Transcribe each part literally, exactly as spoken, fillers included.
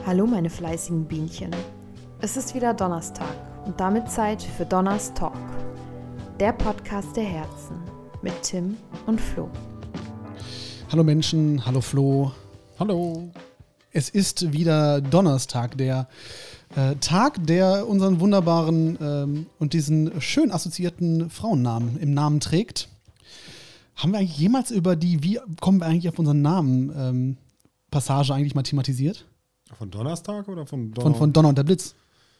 Hallo meine fleißigen Bienchen. Es ist wieder Donnerstag und damit Zeit für Donners Talk, der Podcast der Herzen mit Tim und Flo. Hallo Menschen, hallo Flo. Hallo. Es ist wieder Donnerstag, der äh, Tag, der unseren wunderbaren ähm, und diesen schön assoziierten Frauennamen im Namen trägt. Haben wir eigentlich jemals über die, wie kommen wir eigentlich auf unseren Namen, ähm, Passage eigentlich mal thematisiert? Von Donnerstag oder von Donner? Von, von Donner und der Blitz.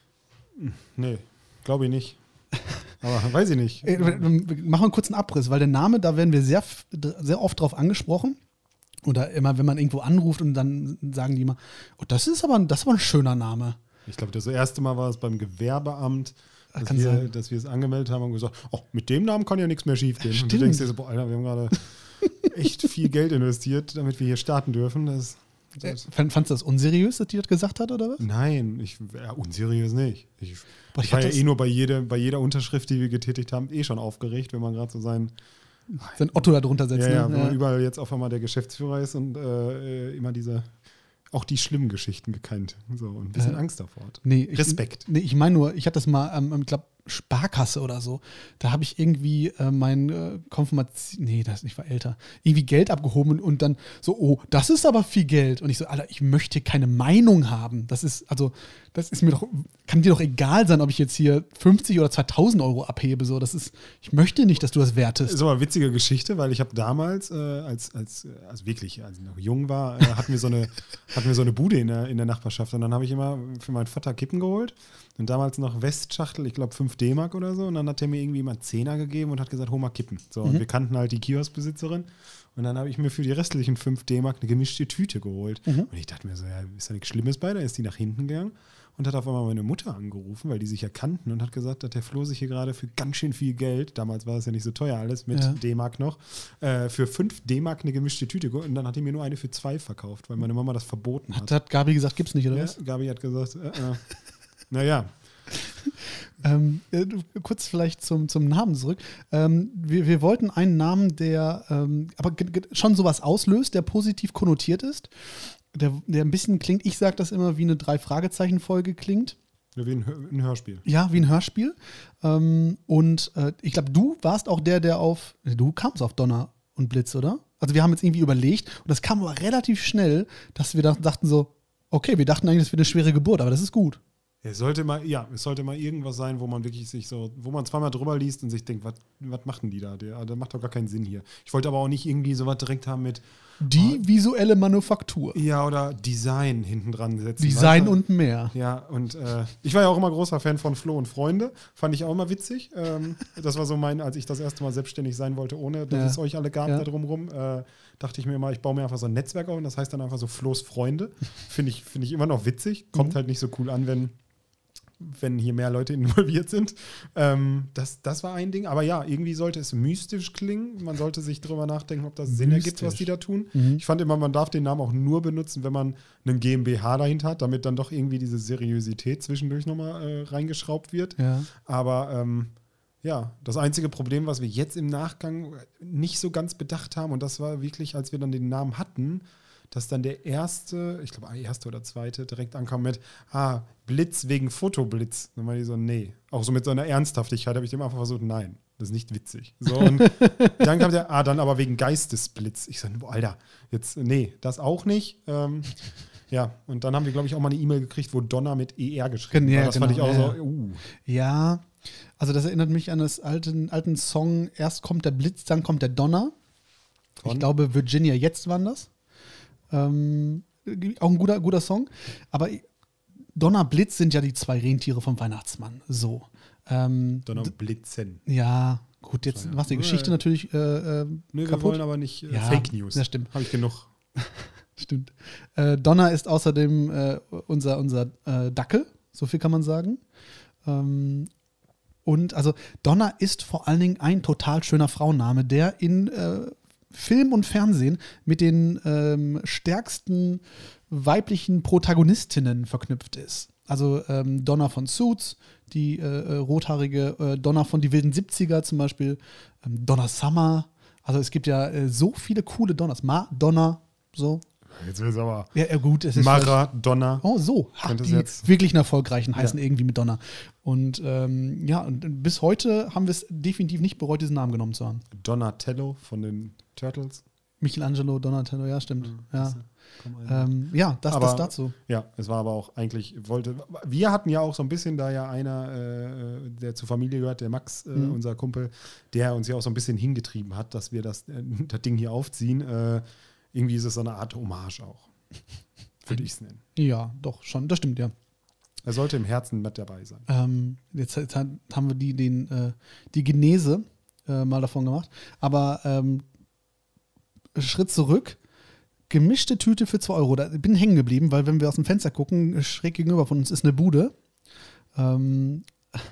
Nee, glaube ich nicht. Aber weiß ich nicht. Äh, machen wir einen kurzen Abriss, weil der Name, da werden wir sehr, sehr oft drauf angesprochen. Oder immer, wenn man irgendwo anruft und dann sagen die immer, oh, das ist aber, das ist aber ein schöner Name. Ich glaube, das erste Mal war es beim Gewerbeamt, dass Kann wir, sein. dass wir es angemeldet haben und gesagt, oh, mit dem Namen kann ja nichts mehr schief gehen. Stimmt. Und du denkst dir so, boah, Alter, wir haben gerade echt viel Geld investiert, damit wir hier starten dürfen. Das, das Äh, fandst du das unseriös, dass die das gesagt hat, oder was? Nein, ich, ja, unseriös nicht. Ich, Boah, ich ich war hab ja das- eh nur bei jeder, bei jeder Unterschrift, die wir getätigt haben, eh schon aufgeregt, wenn man gerade so sein Sein Otto da drunter setzt. Ja, ja, ne? wenn man überall jetzt auf einmal der Geschäftsführer ist und äh, immer diese, auch die schlimmen Geschichten gekannt. So, und ein bisschen Äh, Angst davor hat. Nee, ich, Respekt. Nee, ich meine nur, ich hatte das mal, ähm, ich glaube, Sparkasse oder so. Da habe ich irgendwie äh, mein äh, Konfirmation, nee, das, ich war älter, irgendwie Geld abgehoben und, und dann so, oh, das ist aber viel Geld. Und ich so, Alter, ich möchte keine Meinung haben. Das ist, also, das ist mir doch, kann dir doch egal sein, ob ich jetzt hier fünfzig oder zweitausend Euro abhebe. So, das ist, ich möchte nicht, dass du das wertest. Das ist aber eine witzige Geschichte, weil ich habe damals, äh, als, als, also wirklich, als ich noch jung war, äh, hatten wir so eine, hatten wir so eine Bude in der, in der Nachbarschaft. Und dann habe ich immer für meinen Vater Kippen geholt. Und damals noch Westschachtel, ich glaube fünf D-Mark oder so. Und dann hat er mir irgendwie mal einen Zehner gegeben und hat gesagt, hol mal Kippen. So, und Mhm. wir kannten halt die Kioskbesitzerin. Und dann habe ich mir für die restlichen fünf D-Mark eine gemischte Tüte geholt. Mhm. Und ich dachte mir so, ja, ist da nichts Schlimmes bei? Dann ist die nach hinten gegangen und hat auf einmal meine Mutter angerufen, weil die sich ja kannten und hat gesagt, dass der Flo sich hier gerade für ganz schön viel Geld, damals war es ja nicht so teuer alles, mit Ja. D-Mark noch, äh, für fünf D-Mark eine gemischte Tüte geholt. Und dann hat die mir nur eine für zwei verkauft, weil meine Mama das verboten hat. Hat, hat Gabi gesagt, gibt's nicht, oder Ja, was? Gabi hat gesagt, äh, äh. naja. Ähm, äh, kurz vielleicht zum, zum Namen zurück. Ähm, wir, wir wollten einen Namen, der ähm, aber g- g- schon sowas auslöst, der positiv konnotiert ist, der, der ein bisschen klingt, ich sage das immer, wie eine Drei-Fragezeichen-Folge klingt. Ja, wie ein, Hör- ein Hörspiel. Ja, wie ein Hörspiel. Ähm, und äh, ich glaube, du warst auch der, der auf, du kamst auf Donner und Blitz, oder? Also wir haben jetzt irgendwie überlegt und das kam aber relativ schnell, dass wir da dachten so, okay, wir dachten eigentlich, das wird eine schwere Geburt, aber das ist gut. Es sollte mal, ja, es sollte mal irgendwas sein, wo man wirklich sich so, wo man zweimal drüber liest und sich denkt, was was macht denn die da? Der, der macht doch gar keinen Sinn hier. Ich wollte aber auch nicht irgendwie sowas direkt haben mit Die visuelle Manufaktur. ja oder Design hinten dran setzen. Design weißt du? und mehr. Ja, und äh, ich war ja auch immer großer Fan von Flo und Freunde. Fand ich auch immer witzig. Ähm, das war so mein, als ich das erste Mal selbstständig sein wollte, ohne dass Ja. es euch alle gab Ja. da drumrum, äh, dachte ich mir immer, ich baue mir einfach so ein Netzwerk auf und das heißt dann einfach so Flo's Freunde. Finde ich, finde ich immer noch witzig. Kommt Mhm. halt nicht so cool an, wenn wenn hier mehr Leute involviert sind. Ähm, das, das war ein Ding. Aber ja, irgendwie sollte es mystisch klingen. Man sollte sich drüber nachdenken, ob das Sinn ergibt, was die da tun. Mhm. Ich fand immer, man darf den Namen auch nur benutzen, wenn man einen GmbH dahinter hat, damit dann doch irgendwie diese Seriosität zwischendurch nochmal äh, reingeschraubt wird. Ja. Aber ähm, ja, das einzige Problem, was wir jetzt im Nachgang nicht so ganz bedacht haben, und das war wirklich, als wir dann den Namen hatten, dass dann der erste, ich glaube, der erste oder zweite direkt ankam mit, ah, Blitz wegen Fotoblitz. Dann war die so, nee. Auch so mit so einer Ernsthaftigkeit habe ich dem einfach versucht, nein, das ist nicht witzig. So, und dann kam der, ah, dann aber wegen Geistesblitz. Ich so, boah, Alter, jetzt, nee, das auch nicht. Ähm, ja, und dann haben wir, glaube ich, auch mal eine E-Mail gekriegt, wo Donner mit E R geschrieben Ja, war. Das fand ich genau, auch ja. so, uh. Ja, also das erinnert mich an das alten, alten Song, erst kommt der Blitz, dann kommt der Donner. Von? Ich glaube, Virginia jetzt waren das. Ähm, auch ein guter, guter Song. Aber Donner, Blitz sind ja die zwei Rentiere vom Weihnachtsmann. So. Ähm, Donner Blitzen. ja, gut, jetzt Ja. machst du die Geschichte Ja. natürlich äh, äh, Nee, wir kaputt. wollen aber nicht äh, Ja, Fake News. das stimmt. Habe ich genug. Stimmt. Äh, Donner ist außerdem äh, unser, unser äh, Dackel, so viel kann man sagen. Ähm, und also Donner ist vor allen Dingen ein total schöner Frauenname, der in äh, Film und Fernsehen mit den ähm, stärksten weiblichen Protagonistinnen verknüpft ist. Also ähm, Donna von Suits, die äh, äh, rothaarige äh, Donna von Die wilden siebziger zum Beispiel, ähm, Donna Summer. Also es gibt ja äh, so viele coole Donners. Madonna, so. Jetzt will es aber Ja, ja gut, es ist Maradona. Oh, so. Ach, Könnte es die jetzt- wirklichen Erfolgreichen heißen Ja. irgendwie Madonna. Und ähm, ja, und bis heute haben wir es definitiv nicht bereut, diesen Namen genommen zu haben. Donatello von den Turtles. Michelangelo, Donatello, ja, stimmt. Ja, Komm, ein- ähm, ja das, Aber- das dazu. Ja, es war aber auch eigentlich, wollte, wir hatten ja auch so ein bisschen, da ja einer, äh, der zur Familie gehört, der Max, äh, Mhm. unser Kumpel, der uns ja auch so ein bisschen hingetrieben hat, dass wir das, äh, das Ding hier aufziehen. Äh, irgendwie ist es so eine Art Hommage auch, würde ich es nennen. Ja, doch, schon, das stimmt, ja. Er sollte im Herzen mit dabei sein. Ähm, jetzt, jetzt haben wir die, den, äh, die Genese äh, mal davon gemacht. Aber ähm, Schritt zurück. Gemischte Tüte für zwei Euro. Da bin hängen geblieben, weil wenn wir aus dem Fenster gucken, schräg gegenüber von uns ist eine Bude. Ähm,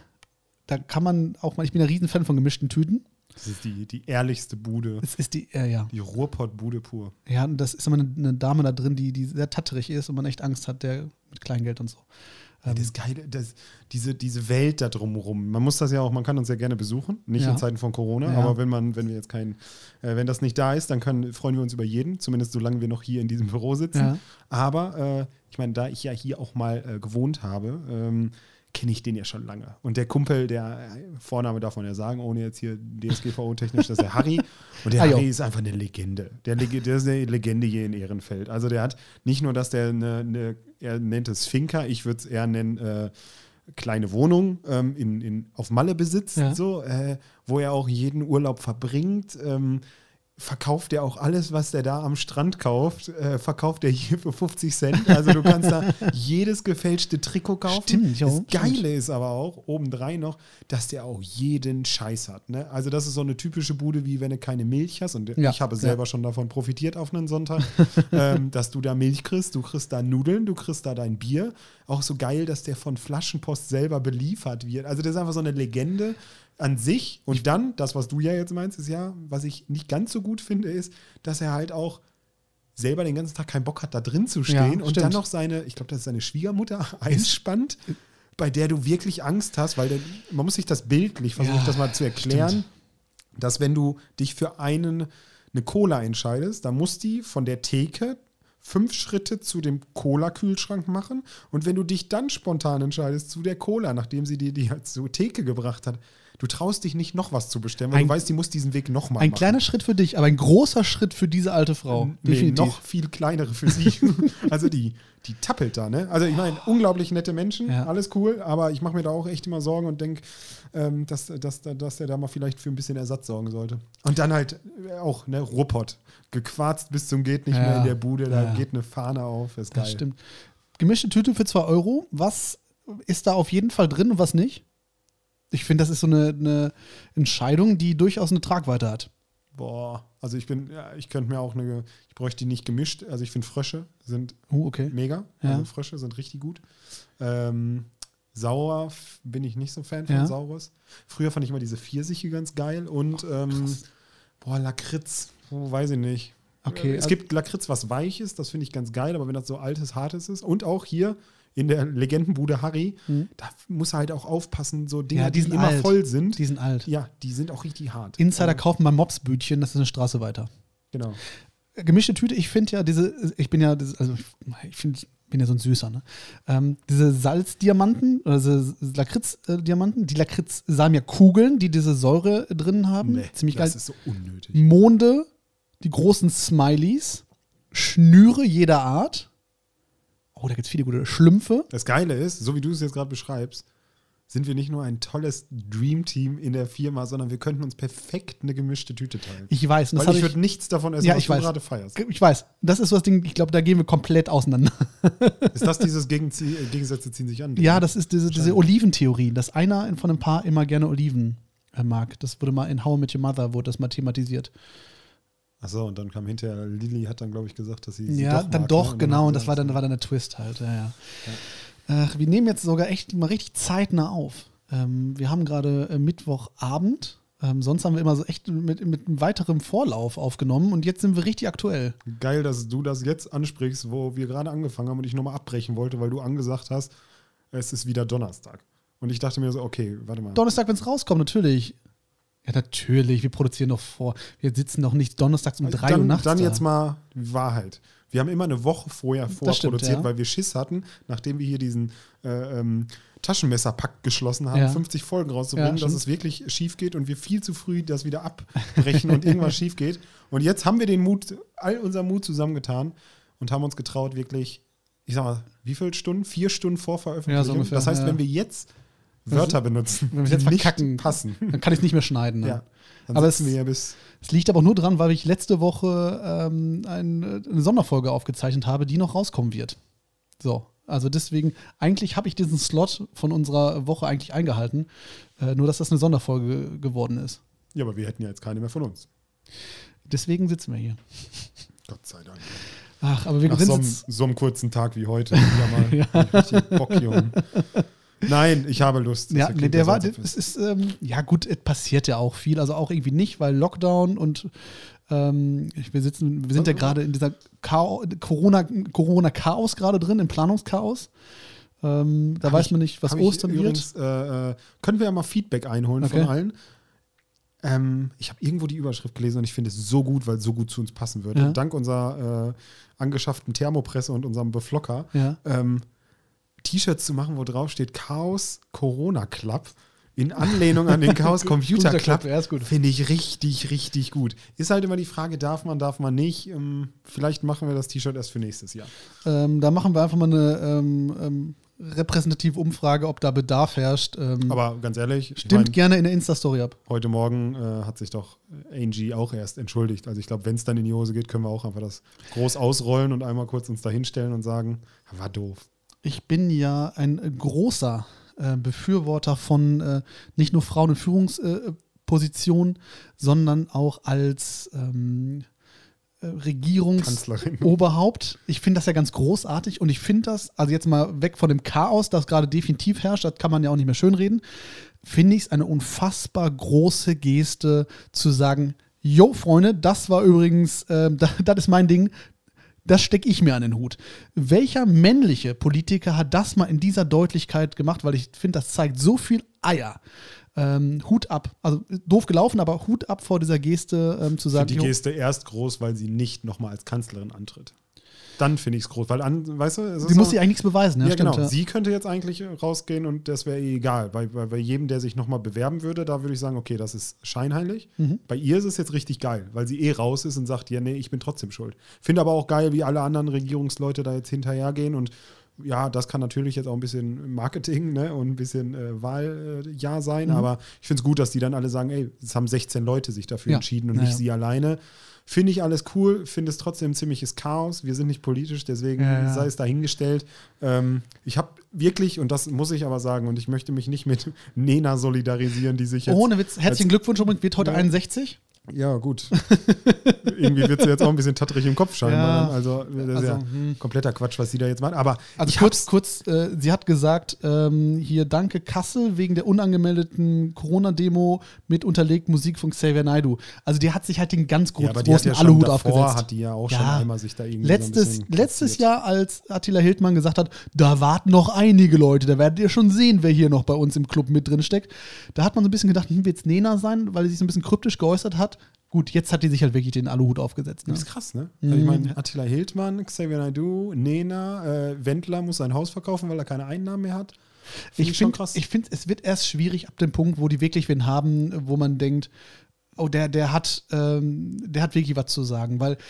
da kann man auch mal, ich bin ein Riesenfan von gemischten Tüten. Das ist die, die ehrlichste Bude, Es ist die, äh, ja. die Ruhrpott-Bude pur. Ja, und das ist immer eine, eine Dame da drin, die, die sehr tatterig ist und man echt Angst hat, der mit Kleingeld und so. Ja, das Geile, das, diese, diese Welt da drumherum. Man muss das ja auch, man kann uns ja gerne besuchen, nicht Ja. in Zeiten von Corona, Ja. aber wenn man, wenn wir jetzt kein, äh, wenn das nicht da ist, dann können, freuen wir uns über jeden, zumindest solange wir noch hier in diesem Büro sitzen. Ja. Aber äh, ich meine, da ich ja hier auch mal äh, gewohnt habe, ähm, kenne ich den ja schon lange. Und der Kumpel, der äh, Vorname darf man ja sagen, ohne jetzt hier D S G V O-technisch, das ist der Harry. Und der Ah, Harry jo. ist einfach eine Legende. Der, Leg- der ist eine Legende hier in Ehrenfeld. Also der hat nicht nur, dass der eine, eine er nennt es Finca, ich würde es eher nennen, äh, kleine Wohnung ähm, in, in, auf Malle besitzt, Ja. so, äh, wo er auch jeden Urlaub verbringt. Ähm, verkauft er auch alles, was der da am Strand kauft, äh, verkauft er hier für fünfzig Cent. Also du kannst da jedes gefälschte Trikot kaufen. Stimmt, ja, Das stimmt. Geile ist aber auch, obendrein noch, dass der auch jeden Scheiß hat. Ne? Also das ist so eine typische Bude, wie wenn du keine Milch hast. Und Ja, ich habe ja. selber schon davon profitiert auf einen Sonntag, ähm, dass du da Milch kriegst, du kriegst da Nudeln, du kriegst da dein Bier. Auch so geil, dass der von Flaschenpost selber beliefert wird. Also das ist einfach so eine Legende an sich. Und dann, das, was du ja jetzt meinst, ist ja, was ich nicht ganz so gut finde, ist, dass er halt auch selber den ganzen Tag keinen Bock hat, da drin zu stehen Ja, und stimmt. dann noch seine, ich glaube, das ist seine Schwiegermutter einspannt, bei der du wirklich Angst hast, weil der, man muss sich das bildlich, versuche ich Ja, das mal zu erklären, stimmt. dass wenn du dich für einen, eine Cola entscheidest, dann muss die von der Theke fünf Schritte zu dem Cola-Kühlschrank machen und wenn du dich dann spontan entscheidest zu der Cola, nachdem sie dir die halt zur Theke gebracht hat, du traust dich nicht noch was zu bestellen, weil Ein- du weißt, die muss diesen Weg nochmal Ein machen. kleiner Schritt für dich, aber ein großer Schritt für diese alte Frau. Nee, Definitiv. noch viel kleinere für sie. Also die, die tappelt da, ne? Also ich meine, unglaublich nette Menschen, Ja. alles cool, aber ich mache mir da auch echt immer Sorgen und denke, ähm, dass, dass, dass der da mal vielleicht für ein bisschen Ersatz sorgen sollte. Und dann halt auch, ne, Ruhrpott. Gequarzt bis zum geht nicht Ja. mehr in der Bude, da Ja. geht eine Fahne auf, ist geil. Das stimmt. Gemischte Tüte für zwei Euro. Was ist da auf jeden Fall drin und was nicht? Ich finde, das ist so eine, eine Entscheidung, die durchaus eine Tragweite hat. Boah, also ich bin, ja, ich könnte mir auch eine, ich bräuchte die nicht gemischt, also ich finde Frösche sind Oh, okay. mega, Ja. also Frösche sind richtig gut. Ähm, Sauer f- bin ich nicht so Fan von Ja. Saures. Früher fand ich immer diese Pfirsiche ganz geil und ähm, boah, Lakritz, oh, weiß ich nicht. Okay, Es also- gibt Lakritz, was weich ist, das finde ich ganz geil, aber wenn das so altes, hartes ist und auch hier in der Legendenbude Harry, Mhm. da muss er halt auch aufpassen, so Dinge, Ja, die die, sind immer alt. voll sind. Die sind alt. Ja, die sind auch richtig hart. Insider Also, kaufen beim Mopsbütchen, das ist eine Straße weiter. Genau. Gemischte Tüte, ich finde ja diese, ich bin ja, das- also ich finde, bin ja so ein Süßer, ne? Ähm, diese Salzdiamanten, oder diese Lakritz-Diamanten, die Lakritz-Salmiak-Kugeln, die diese Säure drin haben, Nee, ziemlich geil. das ist so unnötig. Monde, die großen Smileys, Schnüre jeder Art. Oh, da gibt es viele gute Schlümpfe. Das Geile ist, so wie du es jetzt gerade beschreibst, sind wir nicht nur ein tolles Dream-Team in der Firma, sondern wir könnten uns perfekt eine gemischte Tüte teilen. Ich weiß. und das Weil hab ich würde nichts davon essen, Ja, was ich du weiß. gerade feierst. Ich weiß. Das ist so das Ding, ich glaube, da gehen wir komplett auseinander. Ist das dieses Gegenzie äh, Gegensätze ziehen sich an? Ja, das ist diese, diese Wahrscheinlich. Oliventheorie, dass einer von einem Paar immer gerne Oliven äh, mag. Das wurde mal in How I Met Your Mother, wurde das mal thematisiert. Achso, und dann kam hinterher, Lilly hat dann, glaube ich, gesagt, dass sie sie Ja, doch dann mag, doch, ne? Und genau. dann Und das war gesagt, dann, war dann der Twist halt. Ja, ja. Ach, wir nehmen jetzt sogar echt mal richtig zeitnah auf. Ähm, wir haben gerade äh, Mittwochabend. Ähm, sonst haben wir immer so echt mit, mit einem weiteren Vorlauf aufgenommen und jetzt sind wir richtig aktuell. Geil, dass du das jetzt ansprichst, wo wir gerade angefangen haben und ich nochmal abbrechen wollte, weil du angesagt hast, es ist wieder Donnerstag. Und ich dachte mir so, okay, warte mal. Donnerstag, wenn es rauskommt, natürlich. Ja, natürlich. Wir produzieren doch vor. Wir sitzen doch nicht donnerstags um drei dann, Uhr nachts Dann da. jetzt mal Wahrheit. Wir haben immer eine Woche vorher vorproduziert, ja. weil wir Schiss hatten, nachdem wir hier diesen äh, ähm, Taschenmesserpakt geschlossen haben, Ja. fünfzig Folgen rauszubringen, Ja, dass stimmt. es wirklich schief geht und wir viel zu früh das wieder abbrechen und irgendwas schief geht. Und jetzt haben wir den Mut, all unser Mut zusammengetan und haben uns getraut, wirklich, ich sag mal, wie viele Stunden? Vier Stunden vor Veröffentlichung. Ja, so ungefähr, das heißt, ja. wenn wir jetzt Wörter benutzen, Wenn wir es jetzt die nicht verkacken, passen, dann kann ich es nicht mehr schneiden. Ne? ja, dann Aber sitzen es- wir ja bis Es liegt aber auch nur dran, weil ich letzte Woche ähm, ein, eine Sonderfolge aufgezeichnet habe, die noch rauskommen wird. So, also deswegen, eigentlich habe ich diesen Slot von unserer Woche eigentlich eingehalten, äh, nur dass das eine Sonderfolge geworden ist. Ja, aber wir hätten ja jetzt keine mehr von uns. Deswegen sitzen wir hier. Gott sei Dank. Ach, aber wir Nach sind so einem, jetzt, so einem kurzen Tag wie heute. Ja, mal richtig Bock, Junge. Nein, ich habe Lust. Das ja, klingt nee, der ja war, sonst es ist, ähm, ja gut, es passiert ja auch viel, also auch irgendwie nicht, weil Lockdown und ähm, wir sitzen, wir sind ja gerade in dieser Chao- Corona, Corona-Chaos gerade drin, im Planungschaos. Ähm, da Hab weiß ich- man nicht, was Hab ich Ostern wird. übrigens, äh, äh, können wir ja mal Feedback einholen Okay. von allen. Ähm, ich habe irgendwo die Überschrift gelesen und ich finde es so gut, weil es so gut zu uns passen würde. Ja. Dank unserer äh, angeschafften Thermopresse und unserem Beflocker. Ja. Ähm, T-Shirts zu machen, wo drauf steht Chaos Corona Club. In Anlehnung an den Chaos Computer Club. Ja, ist gut. Finde ich richtig, richtig gut. Ist halt immer die Frage, darf man, darf man nicht. Ähm, vielleicht machen wir das T-Shirt erst für nächstes Jahr. Ähm, da machen wir einfach mal eine ähm, ähm, repräsentative Umfrage, ob da Bedarf herrscht. Ähm, Aber ganz ehrlich, ich stimmt mein, gerne in der Insta-Story ab. heute Morgen äh, hat sich doch Angie auch erst entschuldigt. Also ich glaube, wenn es dann in die Hose geht, können wir auch einfach das groß ausrollen und einmal kurz uns da hinstellen und sagen, war doof. Ich bin ja ein äh, großer äh, Befürworter von äh, nicht nur Frauen in Führungspositionen, sondern auch als ähm, äh, Kanzlerin. Regierungsoberhaupt. Ich finde das ja ganz großartig und ich finde das, also jetzt mal weg von dem Chaos, das gerade definitiv herrscht, das kann man ja auch nicht mehr schönreden, finde ich es eine unfassbar große Geste zu sagen, jo Freunde, das war übrigens, äh, das, das ist mein Ding, das stecke ich mir an den Hut. Welcher männliche Politiker hat das mal in dieser Deutlichkeit gemacht? Weil ich finde, das zeigt so viel Eier. Ähm, Hut ab. Also doof gelaufen, aber Hut ab vor dieser Geste ähm, zu Ich sagen, finde die jo, Geste erst groß, weil sie nicht nochmal als Kanzlerin antritt. Dann finde ich es groß, weil, an, weißt du, es ist sie muss so- sich eigentlich nichts beweisen. Ja, Ja, stimmt, genau. ja. Sie könnte jetzt eigentlich rausgehen und das wäre ihr egal. Bei, bei, bei jedem, der sich nochmal bewerben würde, da würde ich sagen, okay, das ist scheinheilig. Mhm. Bei ihr ist es jetzt richtig geil, weil sie eh raus ist und sagt, ja, nee, ich bin trotzdem schuld. Finde aber auch geil, wie alle anderen Regierungsleute da jetzt hinterhergehen und ja, das kann natürlich jetzt auch ein bisschen Marketing, ne, und ein bisschen äh, Wahljahr äh, sein, Mhm. aber ich finde es gut, dass die dann alle sagen, ey, es haben sechzehn Leute sich dafür Ja. entschieden und Ja, nicht ja. sie alleine. Finde ich alles cool, finde es trotzdem ein ziemliches Chaos. Wir sind nicht politisch, deswegen Ja, ja. sei es dahingestellt. Ähm, ich habe wirklich, und das muss ich aber sagen, und ich möchte mich nicht mit Nena solidarisieren, die sich jetzt. Ohne Witz, herzlichen als- Glückwunsch übrigens, wird heute Ja. einundsechzig. Ja, gut. Irgendwie wird sie jetzt auch ein bisschen tattrig im Kopf scheinbar. Ja. dann. Also, das ist Also, ja hm. kompletter Quatsch, was sie da jetzt macht. Aber Also ich kurz, hab's- kurz äh, sie hat gesagt, ähm, hier danke Kassel wegen der unangemeldeten Corona-Demo mit unterlegt Musik von Xavier Naidoo. Also die hat sich halt den ganz gro ja, aber die hat großen ja schon Aluhut davor, aufgesetzt. hat die ja auch schon Ja. einmal sich da irgendwie Letztes, so ein bisschen letztes platziert. Jahr, als Attila Hildmann gesagt hat, da warten noch einige Leute, da werdet ihr schon sehen, wer hier noch bei uns im Club mit drin steckt. Da hat man so ein bisschen gedacht, hm, wird es Nena sein, weil sie sich so ein bisschen kryptisch geäußert hat. Gut, jetzt hat die sich halt wirklich den Aluhut aufgesetzt. Ne? Das ist krass, ne? Mhm. Also ich meine, Attila Hildmann, Xavier Naidoo, Nena, äh, Wendler muss sein Haus verkaufen, weil er keine Einnahmen mehr hat. Find Ich finde, ich find, es wird erst schwierig ab dem Punkt, wo die wirklich wen haben, wo man denkt, oh, der, der hat, ähm, der hat wirklich was zu sagen, weil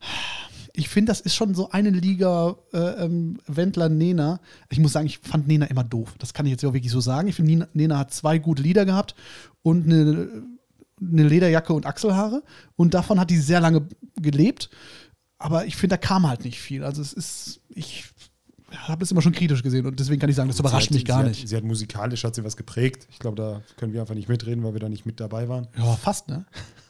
ich finde, das ist schon so eine Liga äh, ähm, Wendler, Nena. Ich muss sagen, ich fand Nena immer doof. Das kann ich jetzt auch wirklich so sagen. Ich finde, Nena, Nena hat zwei gute Lieder gehabt und eine, eine Lederjacke und Achselhaare und davon hat die sehr lange gelebt. Aber ich finde, da kam halt nicht viel. Also es ist, ich habe das immer schon kritisch gesehen und deswegen kann ich sagen, das überrascht Sie hat- mich gar sie nicht. Hat, sie hat musikalisch hat sie was geprägt. Ich glaube, da können wir einfach nicht mitreden, weil wir da nicht mit dabei waren. Ja, fast, ne?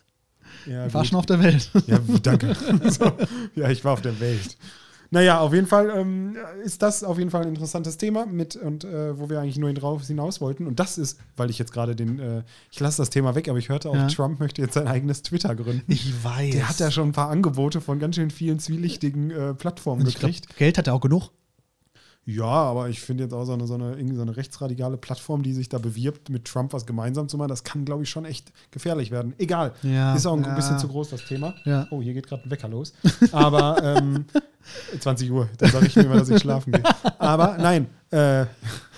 Ja, Ich war gut. schon auf der Welt. Ja, danke. so, ja, ich war auf der Welt. Naja, auf jeden Fall ähm, ist das auf jeden Fall ein interessantes Thema, mit und äh, wo wir eigentlich nur drauf hinaus wollten. Und das ist, weil ich jetzt gerade den, äh, ich lasse das Thema weg, aber ich hörte auch, Ja. Trump möchte jetzt sein eigenes Twitter gründen. Ich weiß. Der hat ja schon ein paar Angebote von ganz schön vielen zwielichtigen äh, Plattformen Und ich glaub, gekriegt. Geld hat er auch genug. Ja, aber ich finde jetzt auch so eine, so, eine, irgendwie so eine rechtsradikale Plattform, die sich da bewirbt, mit Trump was gemeinsam zu machen, das kann, glaube ich, schon echt gefährlich werden. Egal. Ja, ist auch ein ja. bisschen zu groß, das Thema. Ja. Oh, hier geht gerade ein Wecker los. Aber ähm, zwanzig Uhr, dann sage ich mir immer, dass ich schlafen gehe. Aber nein, äh,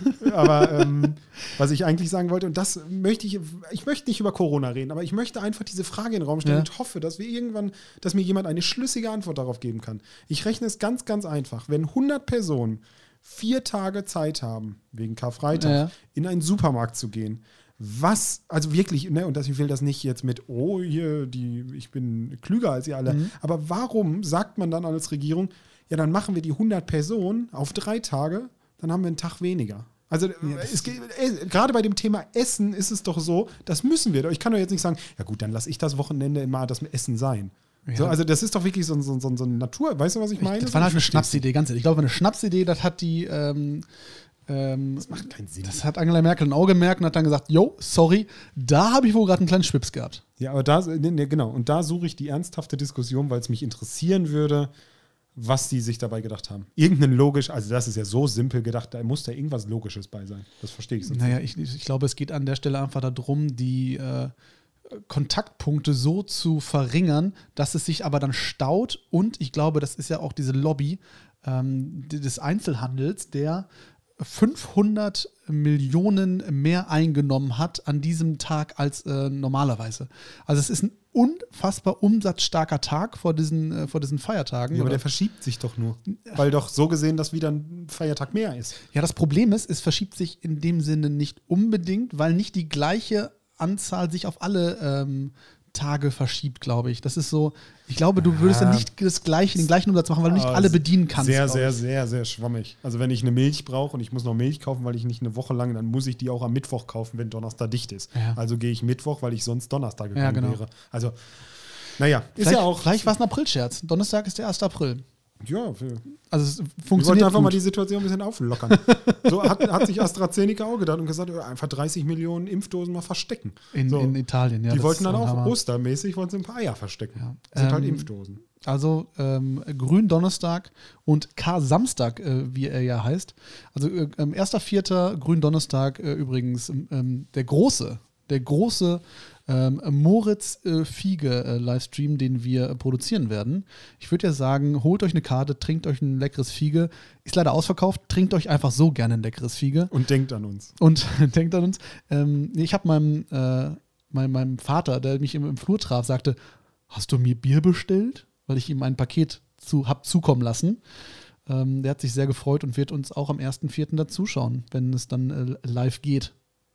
aber ähm, was ich eigentlich sagen wollte, und das möchte ich, ich möchte nicht über Corona reden, aber ich möchte einfach diese Frage in den Raum stellen Ja. und hoffe, dass wir irgendwann, dass mir jemand eine schlüssige Antwort darauf geben kann. Ich rechne es ganz, ganz einfach. Wenn hundert Personen vier Tage Zeit haben, wegen Karfreitag, Ja. in einen Supermarkt zu gehen, was, also wirklich, ne, und das, ich will das nicht jetzt mit, oh, hier, die, ich bin klüger als ihr alle, Mhm. aber warum sagt man dann als Regierung, ja, dann machen wir die hundert Personen auf drei Tage, dann haben wir einen Tag weniger. Also es geht, äh, gerade bei dem Thema Essen ist es doch so, das müssen wir. Ich kann doch jetzt nicht sagen, ja gut, dann lasse ich das Wochenende mal das Essen sein. Ja. So, also das ist doch wirklich so, ein- so, ein- so, ein- so eine Natur, weißt du, was ich meine? Das war halt Ich eine versteh's. Schnapsidee, ganz ehrlich. Ich glaube, eine Schnapsidee, das hat die ähm, ähm, Das macht keinen Sinn. das hat Angela Merkel ein Auge gemerkt und hat dann gesagt, yo, sorry, da habe ich wohl gerade einen kleinen Schwips gehabt. Ja, aber da, ne, ne, genau, und da suche ich die ernsthafte Diskussion, weil es mich interessieren würde, was die sich dabei gedacht haben. Irgendein logisch, also das ist ja so simpel gedacht, da muss da irgendwas Logisches bei sein. Das verstehe ich sonst Naja, nicht. ich, ich glaube, es geht an der Stelle einfach darum, die äh, Kontaktpunkte so zu verringern, dass es sich aber dann staut. Und ich glaube, das ist ja auch diese Lobby ähm, des Einzelhandels, der fünfhundert Millionen mehr eingenommen hat an diesem Tag als äh, normalerweise. Also es ist ein unfassbar umsatzstarker Tag vor diesen, äh, vor diesen Feiertagen. Ja, aber oder? der verschiebt sich doch nur. Weil doch so gesehen das wieder ein Feiertag mehr ist. Ja, das Problem ist, es verschiebt sich in dem Sinne nicht unbedingt, weil nicht die gleiche Anzahl sich auf alle ähm, Tage verschiebt, glaube ich. Das ist so, ich glaube, du würdest ja nicht das gleiche, den gleichen Umsatz machen, weil du nicht Aber alle bedienen kannst. Sehr, glaub sehr, ich. sehr, sehr schwammig. Also wenn ich eine Milch brauche und ich muss noch Milch kaufen, weil ich nicht eine Woche lang, dann muss ich die auch am Mittwoch kaufen, wenn Donnerstag dicht ist. Ja. Also gehe ich Mittwoch, weil ich sonst Donnerstag gekommen Ja, genau. wäre. Also, naja, ist Vielleicht, ja auch. vielleicht war es ein Aprilscherz. Donnerstag ist der erste April. Ja, für, Also es wir wollten funktioniert einfach mal gut. die Situation ein bisschen auflockern. So hat, hat sich AstraZeneca auch gedacht und gesagt, ja, einfach dreißig Millionen Impfdosen mal verstecken. in, so. in Italien, ja. Die das wollten ist dann ein auch Hammer. ostermäßig wollten sie ein paar Eier verstecken. Ja. Das sind Ähm, halt Impfdosen. Also ähm, Gründonnerstag und K-Samstag, äh, wie er ja heißt. Also äh, ähm, erster Vierter Gründonnerstag äh, übrigens ähm, der große, der große ähm, Moritz äh, Fiege äh, Livestream, den wir äh, produzieren werden. Ich würde ja sagen, holt euch eine Karte, trinkt euch ein leckeres Fiege. Ist leider ausverkauft, trinkt euch einfach so gerne ein leckeres Fiege. Und denkt an uns. Und denkt an uns. Ähm, ich habe meinem, äh, meinem, meinem Vater, der mich im, im Flur traf, sagte, hast du mir Bier bestellt? Weil ich ihm ein Paket zu, hab zukommen lassen. Ähm, der hat sich sehr gefreut und wird uns auch am ersten Vierten dazuschauen, wenn es dann äh, live geht.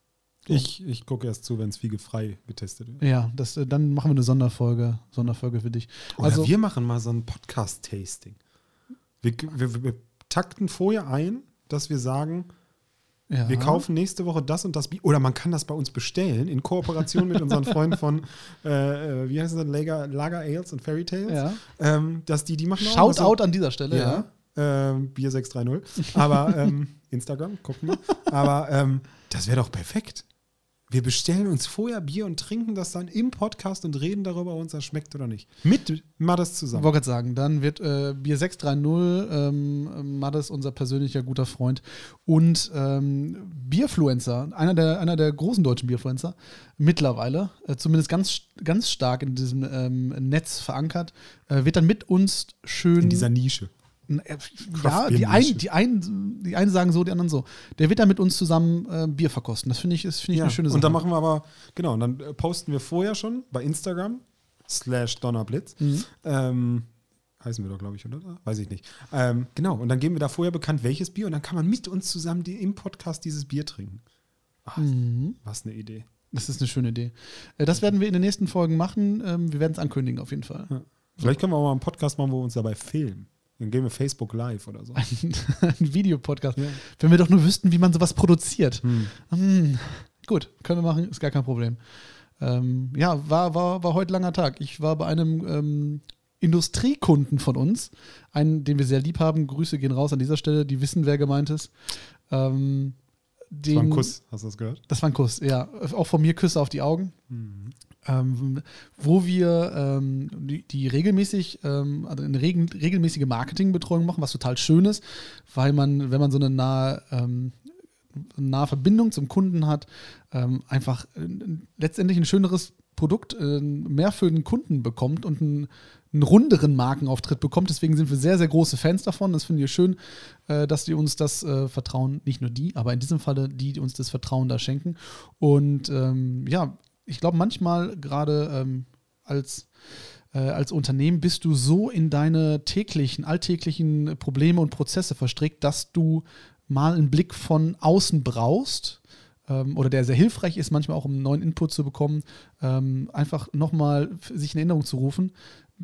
Ich, ich gucke erst zu, wenn es Fiege frei getestet wird. Ja, das, äh, dann machen wir eine Sonderfolge, Sonderfolge für dich. Oder Also, wir machen mal so ein Podcast-Tasting. Wir, wir, wir takten vorher ein, dass wir sagen, ja. wir kaufen nächste Woche das und das Bier. Oder man kann das bei uns bestellen, in Kooperation mit unseren Freunden von, äh, wie heißt es denn, Lager, Lager Ales und Fairy Tales. Ja. Ähm, dass die, die machen auch mal so- Shoutout an dieser Stelle. Ja. Ja. Ähm, Bier sechs drei null. Aber ähm, Instagram, gucken wir. Aber ähm, das wäre doch perfekt. Wir bestellen uns vorher Bier und trinken das dann im Podcast und reden darüber, ob uns das schmeckt oder nicht. Mit Madas Ich zusammen. wollte gerade sagen, dann wird äh, Bier sechs drei null, ähm, Mattes, unser persönlicher guter Freund, und ähm, Bierfluencer, einer der, einer der großen deutschen Bierfluencer, mittlerweile, äh, zumindest ganz, ganz stark in diesem ähm, Netz verankert, äh, wird dann mit uns schön. In dieser Nische. Äh, Ja, die einen, die, einen, die einen sagen so, die anderen so. Der wird dann mit uns zusammen äh, Bier verkosten. Das finde ich, ist, finde ich Ja. eine schöne Sache. Und dann machen wir aber, genau, und dann äh, posten wir vorher schon bei Instagram slash Donnerblitz. Mhm. Ähm, heißen wir doch, glaube ich, oder? Weiß ich nicht. Ähm, genau, und dann geben wir da vorher bekannt, welches Bier, und dann kann man mit uns zusammen die, im Podcast dieses Bier trinken. Ach, Mhm. was eine Idee. Das ist eine schöne Idee. Äh, das werden wir in den nächsten Folgen machen. Ähm, wir werden es ankündigen, auf jeden Fall. Ja. Vielleicht können wir auch mal einen Podcast machen, wo wir uns dabei filmen. Dann gehen wir Facebook live oder so. Ein Videopodcast. Ja. Wenn wir doch nur wüssten, wie man sowas produziert. Hm. Hm. Gut, können wir machen, ist gar kein Problem. Ähm, ja, war, war, war heute langer Tag. Ich war bei einem ähm, Industriekunden von uns, einen, den wir sehr lieb haben. Grüße gehen raus an dieser Stelle, die wissen, wer gemeint ist. Ähm, Das war ein den- Kuss, hast du das gehört? Das war ein Kuss, ja. Auch von mir Küsse auf die Augen. Mhm. ähm, wo wir ähm, die, die regelmäßig, ähm, also eine regen, regelmäßige Marketingbetreuung machen, was total schön ist, weil man, wenn man so eine nahe, ähm, nahe Verbindung zum Kunden hat, ähm, einfach äh, letztendlich ein schöneres Produkt äh, mehr für den Kunden bekommt und einen, einen runderen Markenauftritt bekommt. Deswegen sind wir sehr, sehr große Fans davon. Das finden wir schön, äh, dass die uns das äh, Vertrauen, nicht nur die, aber in diesem Falle die, die uns das Vertrauen da schenken. Und ähm, ja, ich glaube manchmal gerade ähm, als äh, als Unternehmen bist du so in deine täglichen, alltäglichen Probleme und Prozesse verstrickt, dass du mal einen Blick von außen brauchst, ähm, oder der sehr hilfreich ist, manchmal auch um einen neuen Input zu bekommen, ähm, einfach nochmal sich in Erinnerung zu rufen.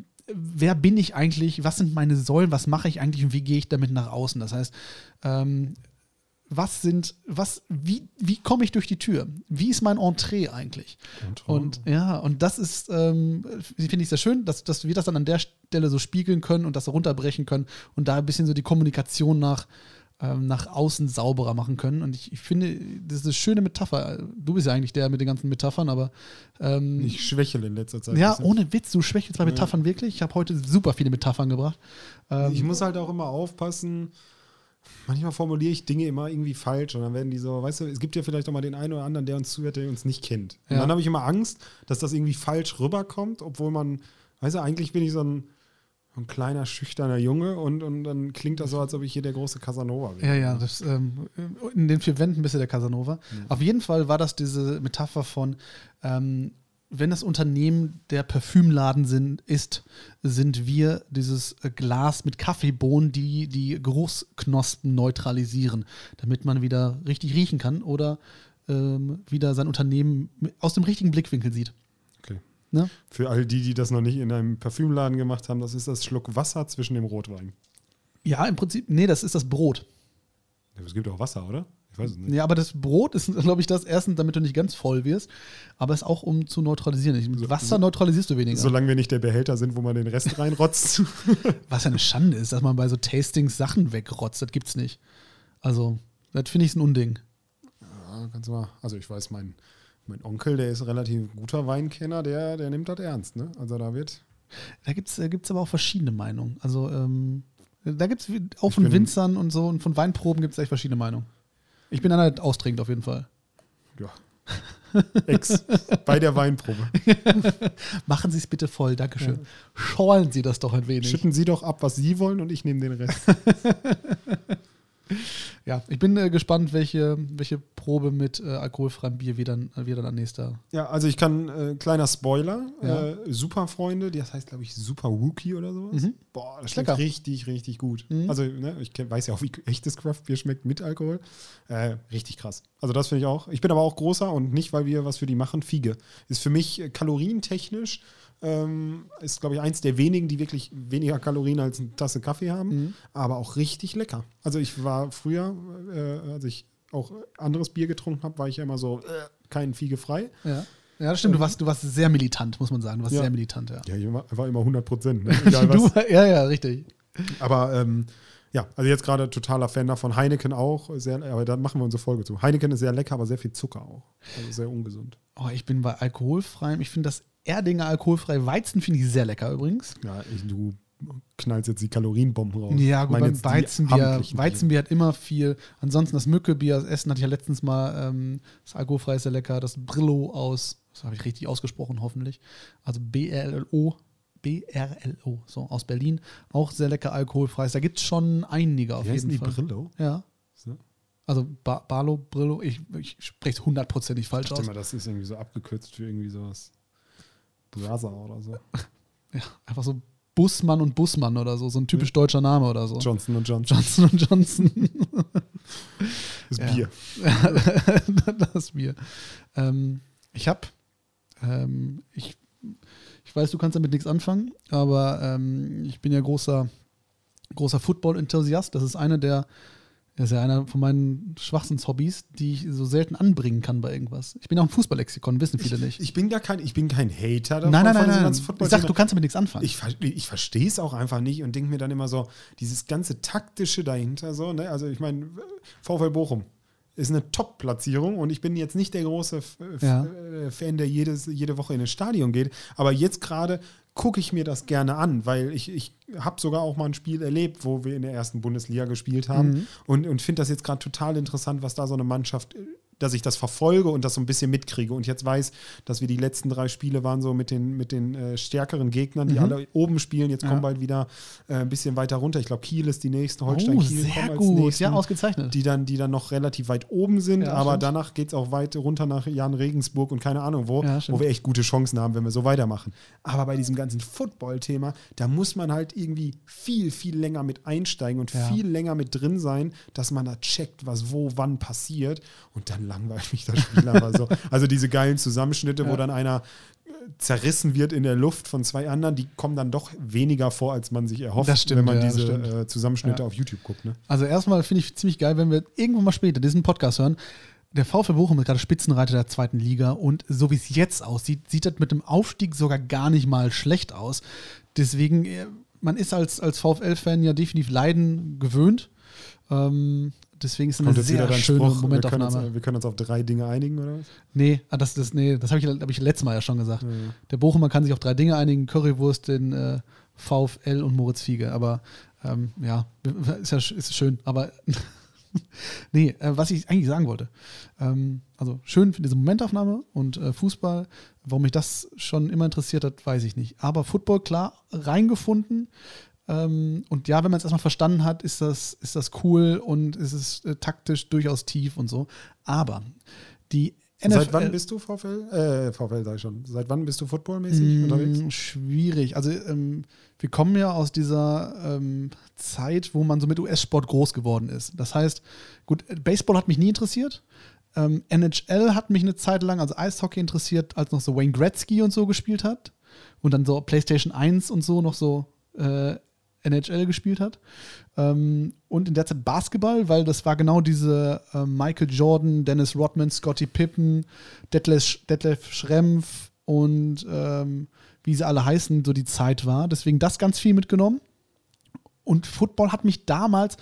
Wer bin ich eigentlich? Was sind meine Säulen? Was mache ich eigentlich und wie gehe ich damit nach außen? Das heißt, ähm, was sind, was, wie, wie komme ich durch die Tür? Wie ist mein Entree eigentlich? Entree. Und ja, und das ist, ähm, finde ich sehr schön, dass, dass wir das dann an der Stelle so spiegeln können und das so runterbrechen können und da ein bisschen so die Kommunikation nach nach außen sauberer machen können. Und ich, ich finde, das ist eine schöne Metapher. Du bist ja eigentlich der mit den ganzen Metaphern, aber ähm, ich schwächle in letzter Zeit. Ja, ohne Witz, du schwächelst bei Metaphern ja. wirklich. Ich habe heute super viele Metaphern gebracht. Ähm, ich muss halt auch immer aufpassen. Manchmal formuliere ich Dinge immer irgendwie falsch und dann werden die so, weißt du, es gibt ja vielleicht auch mal den einen oder anderen, der uns zuhört, der uns nicht kennt. Und ja. dann habe ich immer Angst, dass das irgendwie falsch rüberkommt, obwohl man, weißt du, eigentlich bin ich so ein ein kleiner, schüchterner Junge und, und dann klingt das so, als ob ich hier der große Casanova wäre. Ja, ja, das, ähm, in den vier Wänden bist du der Casanova. Mhm. Auf jeden Fall war das diese Metapher von, ähm, wenn das Unternehmen der Parfümladen sind, ist, sind wir dieses Glas mit Kaffeebohnen, die die Geruchsknospen neutralisieren, damit man wieder richtig riechen kann oder ähm, wieder sein Unternehmen aus dem richtigen Blickwinkel sieht. Okay. Ne? Für all die, die das noch nicht in einem Parfümladen gemacht haben, das ist das Schluck Wasser zwischen dem Rotwein. Ja, im Prinzip, nee, das ist das Brot. Ja, es gibt auch Wasser, oder? Ich weiß es nicht. Ja, aber das Brot ist, glaube ich, das erstens, damit du nicht ganz voll wirst, aber es auch um zu neutralisieren. Mit Wasser neutralisierst du weniger. Solange wir nicht der Behälter sind, wo man den Rest reinrotzt. Was ja eine Schande ist, dass man bei so Tastings Sachen wegrotzt, das gibt's nicht. Also, das finde ich ein Unding. Ja, ganz mal. Also ich weiß, mein Mein Onkel, der ist relativ guter Weinkenner, der, der nimmt das ernst, ne? Also da wird. Da gibt es äh, gibt's aber auch verschiedene Meinungen. Also ähm, da gibt es auch von Winzern und so und von Weinproben gibt es echt verschiedene Meinungen. Ich bin einer, der austrinkt auf jeden Fall. Ja. Ex. Bei der Weinprobe. Machen Sie es bitte voll, Dankeschön. Ja. Schorlen Sie das doch ein wenig. Schütten Sie doch ab, was Sie wollen und ich nehme den Rest. Ja, ich bin äh, gespannt, welche, welche Probe mit äh, alkoholfreiem Bier wir dann, äh, wir dann an nächster. Ja, also ich kann, äh, kleiner Spoiler, ja. äh, Super Freunde, das heißt, glaube ich, Super Wookie oder sowas. Mhm. Boah, das schmeckt richtig, richtig gut. Mhm. Also, ne, ich kenn, weiß ja auch, wie echtes Craft-Bier schmeckt mit Alkohol. Äh, richtig krass. Also das finde ich auch. Ich bin aber auch großer und nicht, weil wir was für die machen, Fiege. Ist für mich äh, kalorientechnisch Ähm, ist, glaube ich, eins der wenigen, die wirklich weniger Kalorien als eine Tasse Kaffee haben, mhm. aber auch richtig lecker. Also ich war früher, äh, als ich auch anderes Bier getrunken habe, war ich ja immer so, äh, kein Fiege frei. Ja, ja das stimmt. Ähm, du, warst, du warst sehr militant, muss man sagen. Du warst ja. sehr militant, ja. Ja, ich war, war immer hundert Prozent. Ne? Egal was. du, ja, ja, richtig. Aber ähm, ja, also jetzt gerade totaler Fan davon. Heineken auch, sehr, aber da machen wir unsere Folge zu. Heineken ist sehr lecker, aber sehr viel Zucker auch. Also sehr ungesund. Oh, ich bin bei alkoholfreiem. Ich finde das Erdinger alkoholfrei Weizen finde ich sehr lecker übrigens. Ja, ich, du knallst jetzt die Kalorienbomben raus. Ja, gut, beim Weizenbier, Weizenbier hat immer viel. Ansonsten das Mückebier, das Essen hatte ich ja letztens mal, ähm, das alkoholfrei ist sehr lecker. Das Brillo aus, das habe ich richtig ausgesprochen, hoffentlich. Also B R L O, B R L O, so aus Berlin. Auch sehr lecker alkoholfrei. Da gibt es schon einige auf Wie jeden die Fall. Brillo? Ja. So. Also ba Barlo, Brillo, ich, ich spreche es hundertprozentig falsch ich dachte aus. Mal, das ist irgendwie so abgekürzt für irgendwie sowas. Brasa oder so. Ja, einfach so Busmann und Busmann oder so, so ein typisch deutscher Name oder so. Johnson und Johnson. Johnson und Johnson. Das ja. Bier. Das Bier. Ähm, ich habe, ähm, ich, ich weiß, du kannst damit nichts anfangen, aber ähm, ich bin ja großer, großer Football-Enthusiast. Das ist eine der Das ist ja einer von meinen Schwachsinns-Hobbys, die ich so selten anbringen kann bei irgendwas. Ich bin auch ein Fußballlexikon, wissen viele nicht. Ich, ich bin gar kein, ich bin kein Hater davon. Nein, nein, nein, nein. Ich sag, du kannst damit nichts anfangen. Ich, ich verstehe es auch einfach nicht und denke mir dann immer so, dieses ganze Taktische dahinter so, ne? Also ich meine, VfL Bochum, ist eine Top-Platzierung und ich bin jetzt nicht der große F- Ja. F- Fan, der jedes, jede Woche in ein Stadion geht, aber jetzt gerade gucke ich mir das gerne an, weil ich, ich habe sogar auch mal ein Spiel erlebt, wo wir in der ersten Bundesliga gespielt haben Mhm. und, und finde das jetzt gerade total interessant, was da so eine Mannschaft, dass ich das verfolge und das so ein bisschen mitkriege und jetzt weiß, dass wir die letzten drei Spiele waren so mit den, mit den äh, stärkeren Gegnern, die Mhm. alle oben spielen, jetzt kommen Ja. bald wieder äh, ein bisschen weiter runter. Ich glaube, Kiel ist die nächste, Holstein Oh, Kiel kommen sehr als gut. nächsten, Ja, ausgezeichnet. die dann, die dann noch relativ weit oben sind, Ja, aber stimmt. danach geht es auch weit runter nach Jan Regensburg und keine Ahnung wo, Ja, stimmt. wo wir echt gute Chancen haben, wenn wir so weitermachen. Aber bei diesem ganzen Football-Thema, da muss man halt irgendwie viel, viel länger mit einsteigen und Ja. viel länger mit drin sein, dass man da checkt, was wo, wann passiert und dann langweilt mich das Spiel aber so. Also diese geilen Zusammenschnitte, Ja. wo dann einer äh, zerrissen wird in der Luft von zwei anderen, die kommen dann doch weniger vor, als man sich erhofft, Das stimmt, wenn man ja, das diese stimmt. äh, Zusammenschnitte Ja. auf YouTube guckt. Ne? Also erstmal finde ich ziemlich geil, wenn wir irgendwann mal später diesen Podcast hören. Der VfL Bochum ist gerade Spitzenreiter der zweiten Liga und so wie es jetzt aussieht, sieht das mit dem Aufstieg sogar gar nicht mal schlecht aus. Deswegen, äh, man ist als, als VfL-Fan ja definitiv Leiden gewöhnt. Ähm, deswegen ist es eine Kommt jetzt wieder sehr dein schöne Spruch, wir können, Momentaufnahme. uns, wir können uns auf drei Dinge einigen, oder was? Nee, ah, das, das, nee, das habe ich, hab ich letztes Mal ja schon gesagt. Ja. Der Bochumer kann sich auf drei Dinge einigen: Currywurst, den äh, VfL und Moritz Fiege. Aber ähm, ja, ist ja ist schön. Aber nee, äh, was ich eigentlich sagen wollte. Ähm, also schön für diese Momentaufnahme und äh, Fußball. Warum mich das schon immer interessiert hat, weiß ich nicht. Aber Football, klar, reingefunden. Ähm, und ja, wenn man es erstmal verstanden hat, ist das, ist das cool und ist es äh, taktisch durchaus tief und so. Aber die N F L. Seit wann bist du VfL? Äh, VfL sag ich schon. Seit wann bist du footballmäßig unterwegs? Mm, Schwierig. Also ähm, wir kommen ja aus dieser ähm, Zeit, wo man so mit U S-Sport groß geworden ist. Das heißt, gut, Baseball hat mich nie interessiert. Ähm, N H L hat mich eine Zeit lang, also Eishockey interessiert, als noch so Wayne Gretzky und so gespielt hat. Und dann so PlayStation eins und so noch so äh, N H L gespielt hat. Ähm, und in der Zeit Basketball, weil das war genau diese äh, Michael Jordan, Dennis Rodman, Scottie Pippen, Detlef, Detlef Schrempf und ähm, wie sie alle heißen, so die Zeit war. Deswegen das ganz viel mitgenommen. Und Football hat mich damals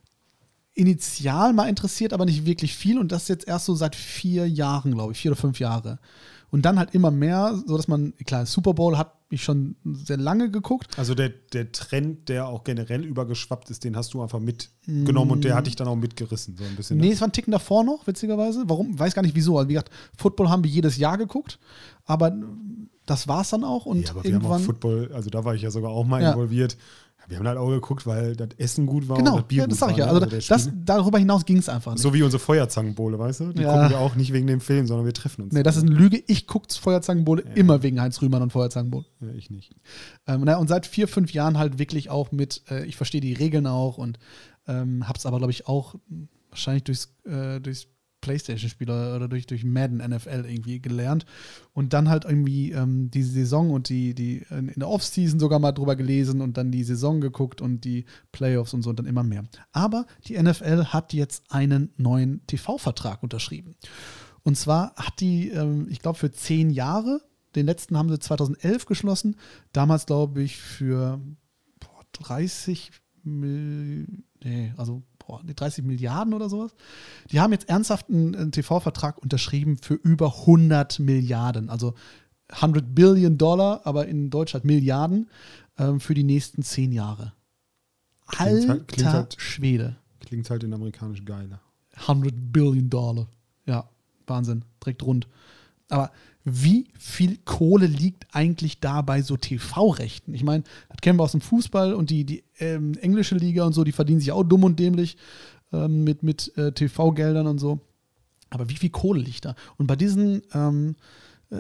initial mal interessiert, aber nicht wirklich viel. Und das jetzt erst so seit vier Jahren, glaube ich, vier oder fünf Jahre. Und dann halt immer mehr, so dass man, klar, Super Bowl hat mich schon sehr lange geguckt. Also der, der Trend, der auch generell übergeschwappt ist, den hast du einfach mitgenommen und der hat dich dann auch mitgerissen, so ein bisschen. Nee, Ne? es war ein Ticken davor noch, witzigerweise. Warum? Weiß gar nicht wieso. Also wie gesagt, Football haben wir jedes Jahr geguckt, aber das war es dann auch. Und Ja, aber wir haben auch irgendwann. Football, also da war ich ja sogar auch mal Ja. involviert. Wir haben halt auch geguckt, weil das Essen gut war Genau, und das Bier ja, das gut sag ich war. ja. ne? Also der das, Spiel- darüber hinaus ging es einfach nicht. so wie unsere Feuerzangenbowle, weißt du? Die Ja. gucken wir auch nicht wegen dem Film, sondern wir treffen uns. Nee, das ist eine Lüge. Ich gucke Feuerzangenbowle Ja. immer wegen Heinz Rühmann und Feuerzangenbowle. Ja, ich nicht. Ähm, na, und seit vier, fünf Jahren halt wirklich auch mit, äh, ich verstehe die Regeln auch und ähm, hab's aber, glaube ich, auch wahrscheinlich durchs, äh, durchs Playstation-Spiel oder, oder durch, durch Madden N F L irgendwie gelernt. Und dann halt irgendwie ähm, die Saison und die, die in der Offseason sogar mal drüber gelesen und dann die Saison geguckt und die Playoffs und so und dann immer mehr. Aber die N F L hat jetzt einen neuen T V-Vertrag unterschrieben. Und zwar hat die, ähm, ich glaube, für zehn Jahre, den letzten haben sie zweitausendelf geschlossen, damals glaube ich für boah, dreißig Millionen, nee, also boah, dreißig Milliarden oder sowas. Die haben jetzt ernsthaft einen, einen T V-Vertrag unterschrieben für über hundert Milliarden, also hundert Billion Dollar, aber in Deutsch halt Milliarden ähm, für die nächsten zehn Jahre. Klingt Alter halt- klingt halt- Schwede. Klingt halt in amerikanisch geiler. hundert Billion Dollar. Ja, Wahnsinn. Direkt rund. Aber wie viel Kohle liegt eigentlich da bei so T V-Rechten? Ich meine, das kennen wir aus dem Fußball und die, die ähm, englische Liga und so, die verdienen sich auch dumm und dämlich ähm, mit, mit äh, T V-Geldern und so. Aber wie viel Kohle liegt da? Und bei diesen ähm, äh,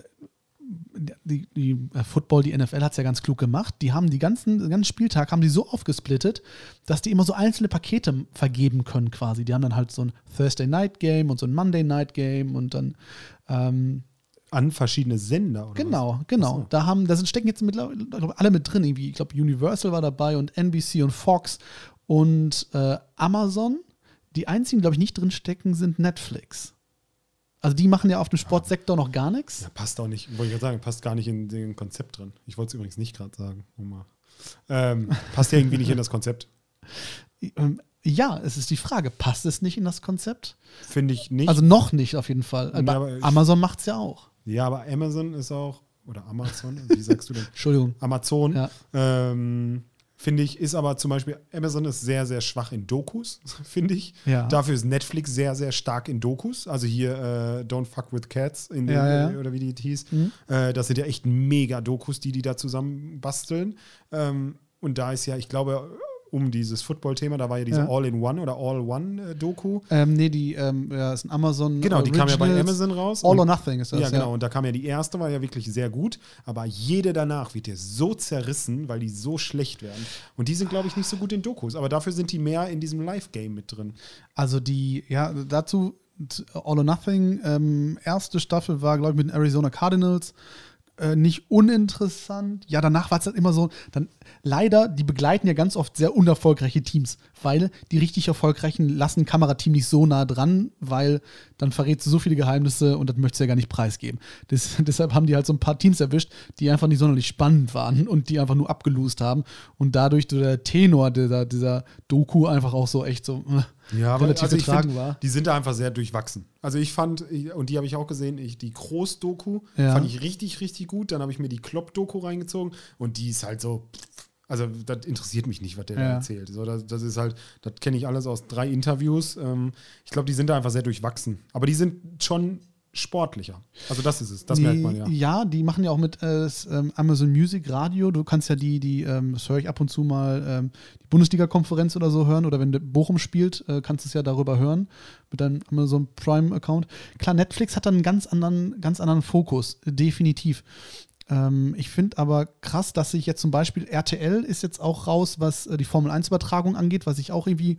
die, die äh, Football, die N F L hat es ja ganz klug gemacht. Die haben die ganzen, den ganzen Spieltag haben die so aufgesplittet, dass die immer so einzelne Pakete vergeben können quasi. Die haben dann halt so ein Thursday Night Game und so ein Monday Night Game und dann ähm, An verschiedene Sender, oder Genau, was? genau. Ach so. Da haben, da sind stecken jetzt mittlerweile ich glaub, alle mit drin. Irgendwie, ich glaube, Universal war dabei und N B C und Fox und äh, Amazon. Die einzigen, glaube ich, nicht drin stecken, sind Netflix. Also die machen ja auf dem Sportsektor noch gar nichts. Ja, passt auch nicht, wollte ich gerade sagen, passt gar nicht in den Konzept drin. Ich wollte es übrigens nicht gerade sagen. Um mal. Ähm, passt ja irgendwie nicht in das Konzept. Ähm, Ja, es ist die Frage, passt es nicht in das Konzept? Finde ich nicht. Also noch nicht auf jeden Fall. Ja, Aber aber ich- Amazon macht es ja auch. Ja, aber Amazon ist auch, oder Amazon, wie sagst du denn? Entschuldigung. Amazon, Ja. ähm, finde ich, ist aber zum Beispiel, Amazon ist sehr, sehr schwach in Dokus, finde ich. Ja. Dafür ist Netflix sehr, sehr stark in Dokus. Also hier äh, Don't Fuck With Cats, in den, Ja, ja. oder wie die hieß. Mhm. Äh, das sind ja echt mega Dokus, die die da zusammen basteln. Ähm, und da ist ja, ich glaube, um dieses Football-Thema, da war ja diese Ja. All-in-One oder All-One-Doku. Ähm, nee, die ähm, ja, ist ein Amazon. Genau, die kam ja bei Originals. Amazon raus. All und- or Nothing ist das. Ja, genau. Und da kam ja die erste, war ja wirklich sehr gut. Aber jede danach wird ja so zerrissen, weil die so schlecht werden. Und die sind, glaube ich, nicht so gut in Dokus. Aber dafür sind die mehr in diesem Live-Game mit drin. Also die, ja, dazu t- All or Nothing, ähm, erste Staffel war, glaube ich, mit den Arizona Cardinals. Äh, nicht uninteressant. Ja, danach war es halt immer so, dann leider, die begleiten ja ganz oft sehr unerfolgreiche Teams, weil die richtig erfolgreichen lassen ein Kamerateam nicht so nah dran, weil dann verrätst du so viele Geheimnisse und das möchtest du ja gar nicht preisgeben. Das, deshalb haben die halt so ein paar Teams erwischt, die einfach nicht sonderlich spannend waren und die einfach nur abgelost haben und dadurch so der Tenor dieser, dieser Doku einfach auch so echt so äh, Ja, aber relativ also ich getragen find, war. die sind da einfach sehr durchwachsen. Also ich fand, ich- und die habe ich auch gesehen, ich, die Groß-Doku Ja. fand ich richtig, richtig gut. Dann habe ich mir die Klopp-Doku reingezogen und die ist halt so, also das interessiert mich nicht, was der da Ja. erzählt. So, das, das ist halt, das kenne ich alles aus drei Interviews. Ähm, ich glaube, die sind da einfach sehr durchwachsen. Aber die sind schon sportlicher. Also das ist es, das die, merkt man ja. Ja, die machen ja auch mit äh, s- ähm, Amazon Music Radio. Du kannst ja die, die ähm, das höre ich ab und zu mal, ähm, die Bundesliga-Konferenz oder so hören. Oder wenn Bochum spielt, äh, kannst du es ja darüber hören. Mit deinem Amazon Prime-Account. Klar, Netflix hat dann einen ganz anderen, ganz anderen Fokus, definitiv. Ähm, ich finde aber krass, dass sich jetzt zum Beispiel R T L ist jetzt auch raus, was äh, die Formel eins Übertragung angeht, was ich auch irgendwie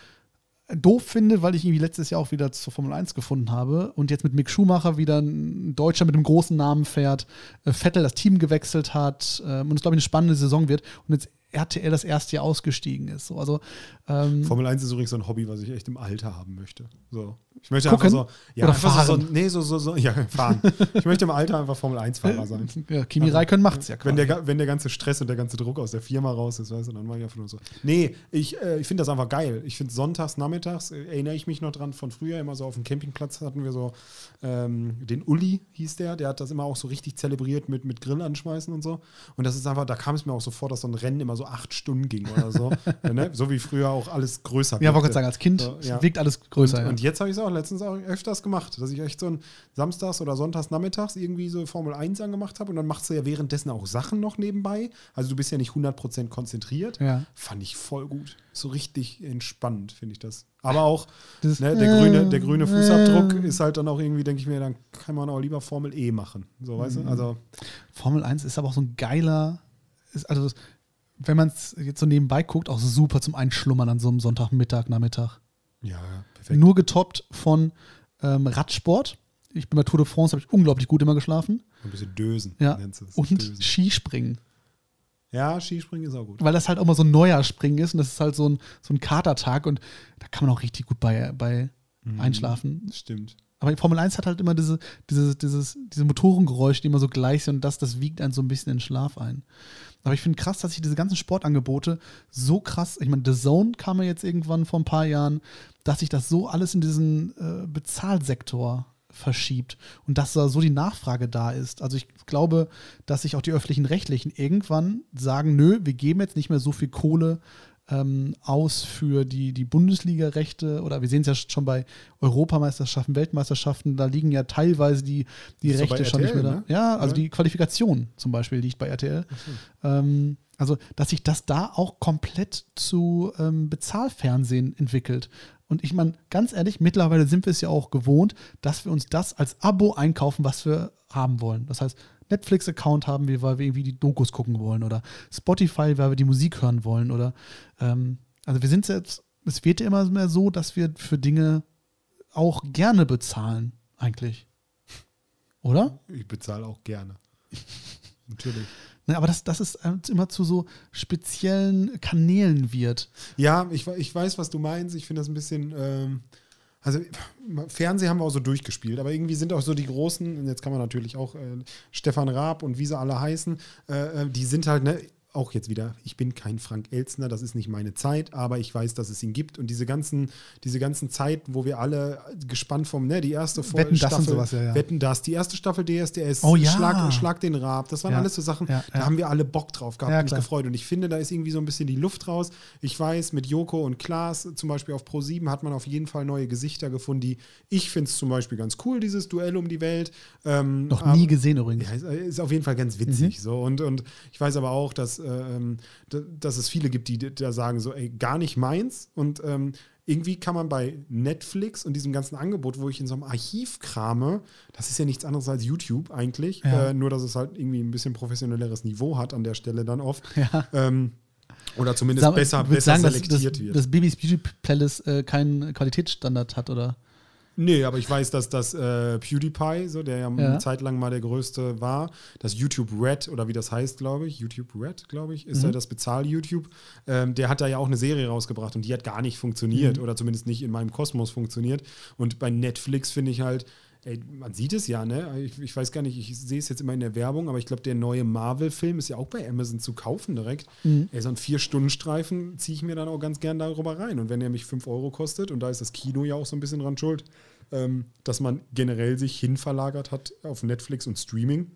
doof finde, weil ich irgendwie letztes Jahr auch wieder zur Formel eins gefunden habe und jetzt mit Mick Schumacher wieder ein Deutscher mit einem großen Namen fährt, äh, Vettel das Team gewechselt hat ähm, und es, glaube ich, eine spannende Saison wird und jetzt R T L das erste Jahr ausgestiegen ist. So, also, ähm, Formel eins ist übrigens so ein Hobby, was ich echt im Alter haben möchte. So. Ich möchte Gucken einfach so, ja, oder einfach so, fahren? so, nee, so, so, so, ja, fahren. Ich möchte im Alter einfach Formel eins Fahrer sein. ja, Kimi Räikkönen macht's ja Wenn quasi. der, wenn der ganze Stress und der ganze Druck aus der Firma raus ist, weißt du, dann mache ich einfach nur so. Nee, ich, äh, ich finde das einfach geil. Ich finde sonntags, nachmittags, äh, erinnere ich mich noch dran von früher, immer so auf dem Campingplatz hatten wir so ähm, den Uli, hieß der, der hat das immer auch so richtig zelebriert mit, mit Grill anschmeißen und so. Und das ist einfach, da kam es mir auch so vor, dass so ein Rennen immer so acht Stunden ging oder so. ne? So wie früher auch alles größer Ja, wollte wirkte. gerade sagen, als Kind So, ja. wirkt alles größer. Und, ja. und jetzt habe ich es auch letztens auch öfters gemacht, dass ich echt so ein Samstags oder Sonntags nachmittags irgendwie so Formel eins angemacht habe und dann machst du ja währenddessen auch Sachen noch nebenbei. Also du bist ja nicht hundert Prozent konzentriert. Ja. Fand ich voll gut. So richtig entspannend, finde ich das. Aber auch Das- ne, der, grüne, der grüne Fußabdruck ist halt dann auch irgendwie, denke ich mir, dann kann man auch lieber Formel E machen. So, weißt du? Also Formel eins ist aber auch so ein geiler, ist also das, wenn man es jetzt so nebenbei guckt, auch super zum Einschlummern an so einem Sonntagmittag, Nachmittag. ja, perfekt. Nur getoppt von ähm, Radsport. Ich bin bei Tour de France, habe ich unglaublich gut immer geschlafen. Ein bisschen Dösen. Ja. nennst du es. Und Dösen. Skispringen. Ja, Skispringen ist auch gut. Weil das halt auch mal so ein neuer Springen ist und das ist halt so ein, so ein Katertag und da kann man auch richtig gut bei, bei einschlafen. Stimmt. Aber die Formel eins hat halt immer diese, diese, dieses, diese Motorengeräusche, die immer so gleich sind und das, das wiegt einen so ein bisschen in den Schlaf ein. Aber ich finde krass, dass sich diese ganzen Sportangebote so krass, ich meine, The Zone kam ja jetzt irgendwann vor ein paar Jahren, dass sich das so alles in diesen äh, Bezahlsektor verschiebt und dass da so die Nachfrage da ist. Also ich glaube, dass sich auch die öffentlichen Rechtlichen irgendwann sagen, nö, wir geben jetzt nicht mehr so viel Kohle ähm, aus für die, die Bundesliga-Rechte oder wir sehen es ja schon bei Europameisterschaften, Weltmeisterschaften, da liegen ja teilweise die, die Das ist doch Rechte bei schon R T L, nicht mehr da. ne? Ja, also Oder? die Qualifikation zum Beispiel liegt bei R T L. Ähm, also, dass sich das da auch komplett zu ähm, Bezahlfernsehen entwickelt. Und ich meine, ganz ehrlich, mittlerweile sind wir es ja auch gewohnt, dass wir uns das als Abo einkaufen, was wir haben wollen. Das heißt, Netflix-Account haben wir, weil wir irgendwie die Dokus gucken wollen oder Spotify, weil wir die Musik hören wollen oder ähm, also wir sind jetzt, es wird ja immer mehr so, dass wir für Dinge auch gerne bezahlen, eigentlich. Oder? Ich bezahle auch gerne. Natürlich. Ne, aber das, das ist äh, immer zu so speziellen Kanälen wird. Ja, ich, ich weiß, was du meinst. Ich finde das ein bisschen. Ähm, also, Fernsehen haben wir auch so durchgespielt, aber irgendwie sind auch so die großen, und jetzt kann man natürlich auch äh, Stefan Raab und wie sie alle heißen, äh, die sind halt, ne, auch jetzt wieder, ich bin kein Frank Elstner, das ist nicht meine Zeit, aber ich weiß, dass es ihn gibt. Und diese ganzen, diese ganzen Zeiten, wo wir alle gespannt vom, ne, die erste Wetten, Staffel, das und sowas, ja, ja. Wetten, das, die erste Staffel D S D S, Oh ja. Schlag, Schlag den Raab, das waren Ja. alles so Sachen, Ja, da ja. haben wir alle Bock drauf gehabt Ja, und uns klar. gefreut. Und ich finde, da ist irgendwie so ein bisschen die Luft raus. Ich weiß, mit Joko und Klaas, zum Beispiel auf ProSieben, hat man auf jeden Fall neue Gesichter gefunden, die, ich finde es zum Beispiel ganz cool, dieses Duell um die Welt. Ähm, Noch aber- nie gesehen übrigens. ja, ist, ist auf jeden Fall ganz witzig. So. Und, und ich weiß aber auch, dass, ähm, d- dass es viele gibt, die d- da sagen so, ey, gar nicht meins. Und ähm, irgendwie kann man bei Netflix und diesem ganzen Angebot, wo ich in so einem Archiv krame, das ist ja nichts anderes als YouTube eigentlich, Ja. äh, nur dass es halt irgendwie ein bisschen professionelleres Niveau hat an der Stelle dann oft. Ja. Ähm, oder zumindest Sag- besser, würdest besser sagen, dass, selektiert dass, wird. dass Bibis Beauty Palace äh, keinen Qualitätsstandard hat, oder? Nee, aber ich weiß, dass das äh, PewDiePie, so, der ja, Ja. eine Zeit lang mal der größte war, das YouTube Red, oder wie das heißt, glaube ich, YouTube Red, glaube ich, ist Mhm. ja das Bezahl-YouTube, ähm, der hat da ja auch eine Serie rausgebracht und die hat gar nicht funktioniert Mhm. oder zumindest nicht in meinem Kosmos funktioniert. Und bei Netflix finde ich halt, ey, man sieht es ja, ne? Ich, ich weiß gar nicht, ich sehe es jetzt immer in der Werbung, aber ich glaube, der neue Marvel-Film ist ja auch bei Amazon zu kaufen direkt. Mhm. Ey, so einen Vier-Stunden-Streifen ziehe ich mir dann auch ganz gern darüber rein. Und wenn er mich fünf Euro kostet, und da ist das Kino ja auch so ein bisschen dran schuld, ähm, dass man generell sich hinverlagert hat auf Netflix und Streaming,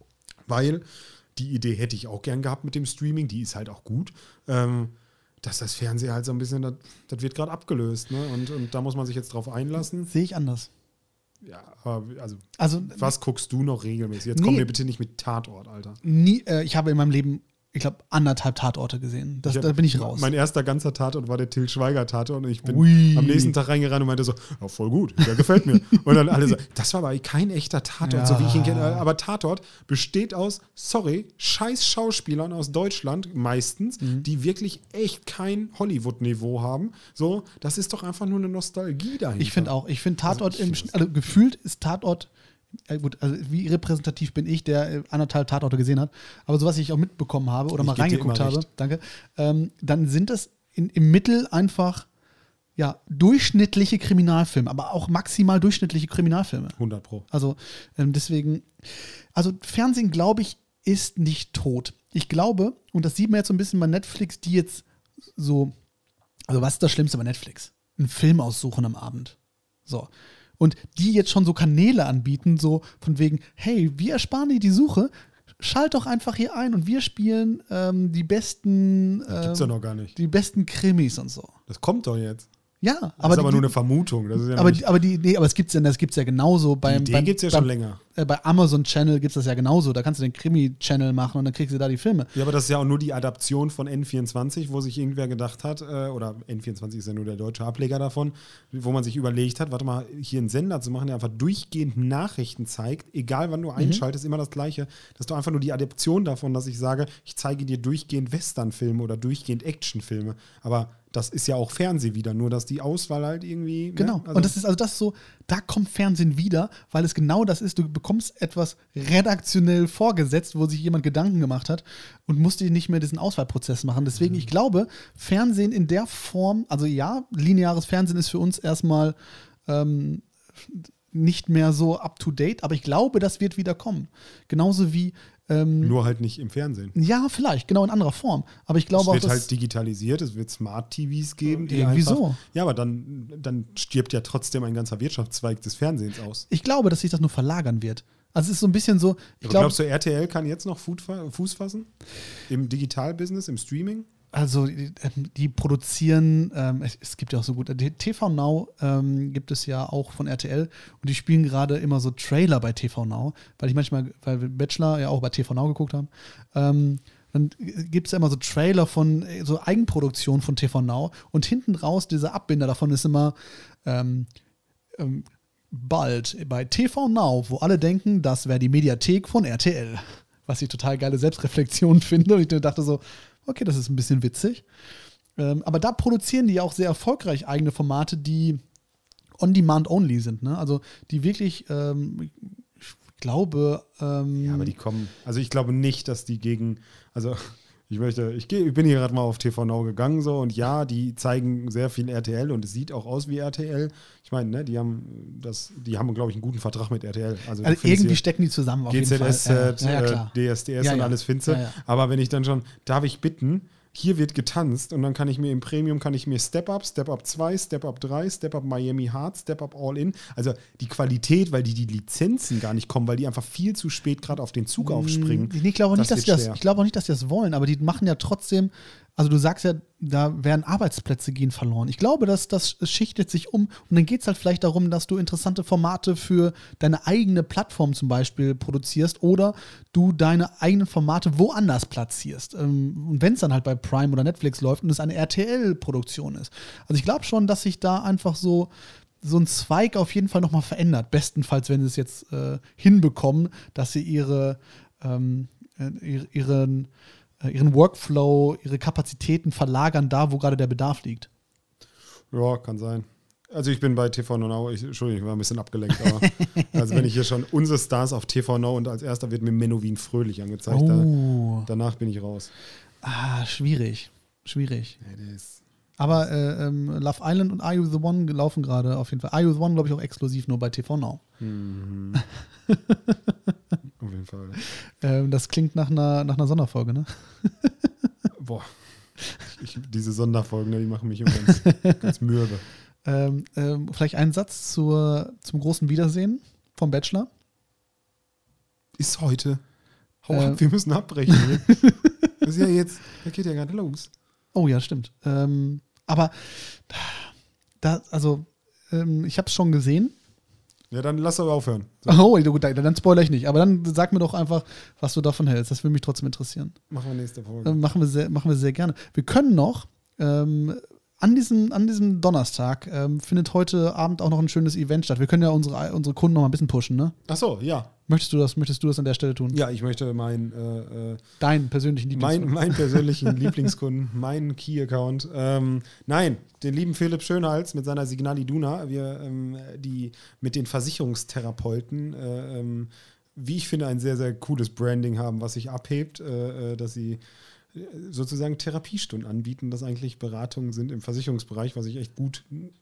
weil die Idee hätte ich auch gern gehabt mit dem Streaming, die ist halt auch gut, ähm, dass das Fernsehen halt so ein bisschen, das, das wird gerade abgelöst, ne? Und, und da muss man sich jetzt drauf einlassen. Sehe ich anders. Ja, aber also, Also, was guckst du noch regelmäßig? Jetzt Nee. komm mir bitte nicht mit Tatort, Alter. nie, äh, ich habe in meinem Leben, ich glaube, anderthalb Tatorte gesehen. Das, Ich hab- da bin ich raus. Mein erster ganzer Tatort war der Til Schweiger Tatort und ich bin Ui. am nächsten Tag reingerannt und meinte so, ja, voll gut, der gefällt mir. Und dann alle so, das war aber kein echter Tatort, Ja. so wie ich ihn kenne. Aber Tatort besteht aus, sorry, scheiß Schauspielern aus Deutschland meistens, Mhm. die wirklich echt kein Hollywood-Niveau haben. So, das ist doch einfach nur eine Nostalgie dahinter. Ich finde auch, ich finde Tatort, Also ich im, find also gefühlt ist Tatort, äh gut, also wie repräsentativ bin ich, der äh, anderthalb Tatorte gesehen hat, aber so was ich auch mitbekommen habe oder Ich mal geb dir reingeguckt immer habe, recht. danke, ähm, dann sind das in, im Mittel einfach ja, durchschnittliche Kriminalfilme, aber auch maximal durchschnittliche Kriminalfilme. hundert Pro. Also ähm, deswegen, also Fernsehen, glaube ich, ist nicht tot. Ich glaube, und das sieht man jetzt so ein bisschen bei Netflix, die jetzt so, also was ist das Schlimmste bei Netflix? Einen Film aussuchen am Abend. So. Und die jetzt schon so Kanäle anbieten, so von wegen, hey, wir ersparen dir die Suche, schalt doch einfach hier ein und wir spielen ähm, die besten Das gibt's ja ähm, noch gar nicht. die besten Krimis und so. Das kommt doch jetzt. Ja, Das aber ist aber die, nur eine Vermutung. Das ist ja noch aber, nicht, die, aber die, nee, aber es gibt's ja, das gibt's ja genauso beim, die Idee beim, gibt es ja beim, schon länger. äh, bei Amazon Channel gibt es das ja genauso. Da kannst du den Krimi-Channel machen und dann kriegst du da die Filme. Ja, aber das ist ja auch nur die Adaption von N vierundzwanzig, wo sich irgendwer gedacht hat, äh, oder N vierundzwanzig ist ja nur der deutsche Ableger davon, wo man sich überlegt hat, warte mal, hier einen Sender zu machen, der einfach durchgehend Nachrichten zeigt, egal wann du einschaltest, immer das Gleiche. Das ist doch einfach nur die Adaption davon, dass ich sage, ich zeige dir durchgehend Westernfilme oder durchgehend Actionfilme. Aber das ist ja auch Fernsehen wieder, nur dass die Auswahl halt irgendwie. Genau. Ne? Also, und das ist also das ist so, da kommt Fernsehen wieder, weil es genau das ist. Du bekommst etwas redaktionell vorgesetzt, wo sich jemand Gedanken gemacht hat und musst dir nicht mehr diesen Auswahlprozess machen. Deswegen, ich glaube, Fernsehen in der Form, also ja, lineares Fernsehen ist für uns erstmal ähm, nicht mehr so up to date, aber ich glaube, das wird wieder kommen. Genauso wie ähm, nur halt nicht im Fernsehen. ja, vielleicht, genau in anderer Form. Aber ich Es glaube auch, wird dass halt digitalisiert, es wird Smart-T Vs geben, die Irgendwie einfach, so. Ja, aber dann, dann stirbt ja trotzdem ein ganzer Wirtschaftszweig des Fernsehens aus. ich glaube, dass sich das nur verlagern wird. Also es ist so ein bisschen so, ich Aber glaube, glaubst du, R T L kann jetzt noch Fuß fa- Fuß fassen? Im Digital-Business, im Streaming? also die, die produzieren, ähm, es, es gibt ja auch so gut, T V Now ähm, gibt es ja auch von R T L und die spielen gerade immer so Trailer bei T V Now, weil ich manchmal, weil wir Bachelor ja auch bei T V Now geguckt haben, ähm, dann gibt es ja immer so Trailer von äh, so Eigenproduktion von T V Now und hinten raus, dieser Abbinder davon ist immer ähm, ähm, bald bei T V Now, wo alle denken, das wäre die Mediathek von R T L. Was ich total geile Selbstreflexion finde. Und ich dachte so, okay, das ist ein bisschen witzig. Ähm, aber da produzieren die ja auch sehr erfolgreich eigene Formate, die on-demand-only sind. Ne? Also die wirklich, ähm, ich glaube. Ähm, Ja, aber die kommen. Also ich glaube nicht, dass die gegen. Also Ich möchte, ich, geh, ich bin hier gerade mal auf T V Now gegangen so und ja, die zeigen sehr viel R T L und es sieht auch aus wie R T L. Ich meine, ne, die haben das, die haben, glaube ich, einen guten Vertrag mit R T L. Also, also irgendwie stecken die zusammen auf G Z S Z, jeden Fall. Ja, ja, äh, D S D S ja, und ja. alles Finze. Ja, ja. Aber wenn ich dann schon, darf ich bitten, hier wird getanzt und dann kann ich mir im Premium, kann ich mir Step Up, Step Up zwei, Step Up drei, Step Up Miami Heart, Step Up All In. Also die Qualität, weil die die Lizenzen gar nicht kommen, weil die einfach viel zu spät gerade auf den Zug aufspringen. Ich glaube auch nicht, dass wird die das, schwer. ich glaube auch nicht, dass die das wollen, aber die machen ja trotzdem, also du sagst ja, da werden Arbeitsplätze gehen verloren. Ich glaube, dass das schichtet sich um und dann geht es halt vielleicht darum, dass du interessante Formate für deine eigene Plattform zum Beispiel produzierst oder du deine eigenen Formate woanders platzierst. Ähm, Und wenn es dann halt bei Prime oder Netflix läuft und es eine R T L-Produktion ist. Also ich glaube schon, dass sich da einfach so so ein Zweig auf jeden Fall nochmal verändert. Bestenfalls, wenn sie es jetzt äh, hinbekommen, dass sie ihre, ähm, äh, ihren ihren Workflow, ihre Kapazitäten verlagern da, wo gerade der Bedarf liegt. Ja, kann sein. Also ich bin bei T V Now, ich, Entschuldigung, ich war ein bisschen abgelenkt, aber also wenn ich hier schon unsere Stars auf T V Now und als erster wird mir Menowin Fröhlich angezeigt, Oh. da, danach bin ich raus. Ah, schwierig. Schwierig. Ja, der ist Aber äh, ähm, Love Island und Are You the One laufen gerade auf jeden Fall. Are You the One, glaube ich, auch exklusiv nur bei T V Now. Mhm. Auf jeden Fall. Ähm, das klingt nach einer, nach einer Sonderfolge, ne? Boah. Ich, diese Sonderfolgen, ne, die machen mich immer ganz, ganz mürbe. Ähm, ähm, vielleicht einen Satz zur, zum großen Wiedersehen vom Bachelor. Ist heute. Hau Äh, ab, wir müssen abbrechen. Hier. Das ist ja jetzt, da geht ja gerade los. Oh ja, stimmt. Ähm, aber da, also, ähm, ich habe es schon gesehen. Ja, dann lass aber aufhören. So, Oh, gut, dann, dann spoilere ich nicht. Aber dann sag mir doch einfach, was du davon hältst. Das würde mich trotzdem interessieren. machen wir nächste Folge. Ähm, machen, wir sehr, machen wir sehr gerne. Wir können noch ähm, an, diesem, an diesem Donnerstag ähm, findet heute Abend auch noch ein schönes Event statt. Wir können ja unsere, unsere Kunden noch mal ein bisschen pushen, ne? Ach so, ja. Möchtest du das, möchtest du das an der Stelle tun? Ja, ich möchte mein, äh, äh, Deinen persönlichen mein, Lieblingskunden. meinen persönlichen Lieblingskunden, meinen Key-Account. Ähm, nein, den lieben Philipp Schönhals mit seiner Signal Iduna, wir, ähm, die mit den Versicherungstherapeuten, äh, ähm, wie ich finde, ein sehr, sehr cooles Branding haben, was sich abhebt, äh, äh, dass sie sozusagen Therapiestunden anbieten, das eigentlich Beratungen sind im Versicherungsbereich, was ich echt gut,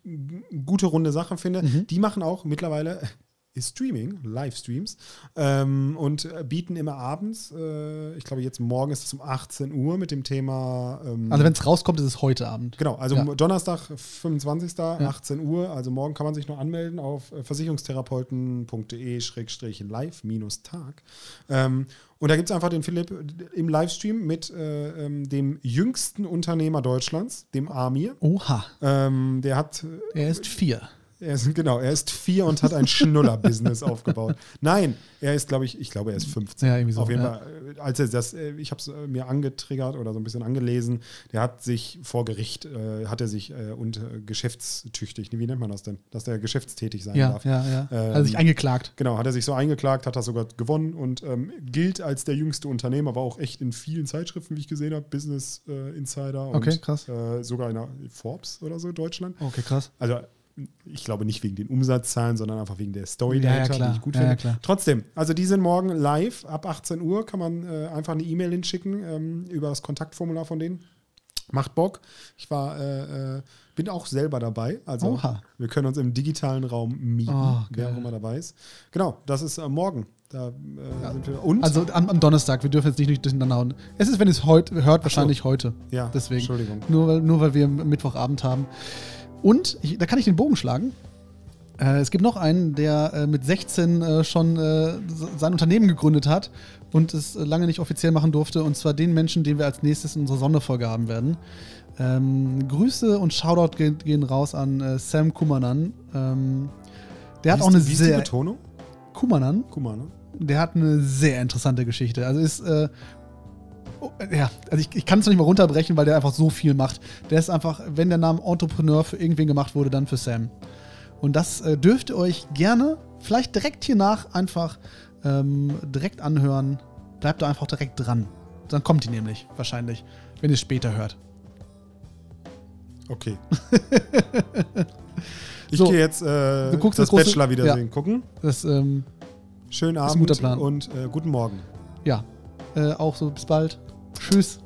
gute runde Sache finde. Mhm. Die machen auch mittlerweile Streaming, Livestreams ähm, und bieten immer abends, äh, ich glaube jetzt morgen ist es um achtzehn Uhr mit dem Thema ähm, Also wenn es rauskommt, ist es heute Abend. Genau, also Ja. Donnerstag, fünfundzwanzigsten Ja. achtzehn Uhr, also morgen kann man sich noch anmelden auf versicherungstherapeuten.de schrägstrich live-tag. Ähm, und da gibt es einfach den Philipp im Livestream mit äh, ähm, dem jüngsten Unternehmer Deutschlands, dem Amir. Oha, Ähm, der hat er ist vier. Er ist, genau, er ist vier und hat ein Schnuller-Business aufgebaut. Nein, er ist, glaube ich, ich glaube, er ist fünfzehn. Ja, irgendwie so, Auf jeden ja. Fall, äh, als er das, äh, ich habe es äh, mir angetriggert oder so ein bisschen angelesen, der hat sich vor Gericht, äh, hat er sich äh, und äh, geschäftstüchtig, wie nennt man das denn, dass der geschäftstätig sein Ja, darf. ja, ja. Ähm, Hat er sich eingeklagt. Genau, hat er sich so eingeklagt, hat das sogar gewonnen und ähm, gilt als der jüngste Unternehmer, war auch echt in vielen Zeitschriften, wie ich gesehen habe, Business äh, Insider Okay, und krass. Äh, sogar in der Forbes oder so, Deutschland. Okay, krass. Also ich glaube nicht wegen den Umsatzzahlen, sondern einfach wegen der Story Ja, ja, dahinter, klar. die ich gut Ja, finde. ja, klar. Trotzdem, also die sind morgen live, ab achtzehn Uhr kann man äh, einfach eine E-Mail hinschicken ähm, über das Kontaktformular von denen. Macht Bock. Ich war, äh, äh, bin auch selber dabei. Also Oha. wir können uns im digitalen Raum mieten, Oh, wer geil. auch immer dabei ist. Genau, das ist äh, morgen. Da äh, sind wir. Und? Also am, am Donnerstag, wir dürfen jetzt nicht durcheinander hauen. Es ist, wenn es heute hört, wahrscheinlich heute. ja, Deswegen. Entschuldigung. Nur weil, nur weil wir Mittwochabend haben. Und ich, da kann ich den Bogen schlagen. Äh, es gibt noch einen, der äh, mit sechzehn äh, schon äh, sein Unternehmen gegründet hat und es äh, lange nicht offiziell machen durfte. Und zwar den Menschen, den wir als nächstes in unserer Sonderfolge haben werden. Ähm, Grüße und Shoutout gehen, gehen raus an äh, Sam Kumanan. Ähm, der hat Wie auch ist eine die- wie ist die sehr. Betonung? Kumanan? Guck mal, ne? Der hat eine sehr interessante Geschichte. Also ist, äh, oh, ja, also ich, ich kann es noch nicht mal runterbrechen, weil der einfach so viel macht. Der ist einfach, wenn der Name Entrepreneur für irgendwen gemacht wurde, dann für Sam. Und das äh, dürft ihr euch gerne, vielleicht direkt hiernach einfach ähm, direkt anhören. Bleibt da einfach direkt dran. Dann kommt die nämlich, wahrscheinlich, wenn ihr es später hört. Okay. Ich So, gehe jetzt äh, du guckst das das große- Bachelor-Wiedersehen ja. gucken. Das, ähm, Schönen Ist ein Abend guter Plan. und äh, guten Morgen. ja, äh, auch so, bis bald. Tschüss.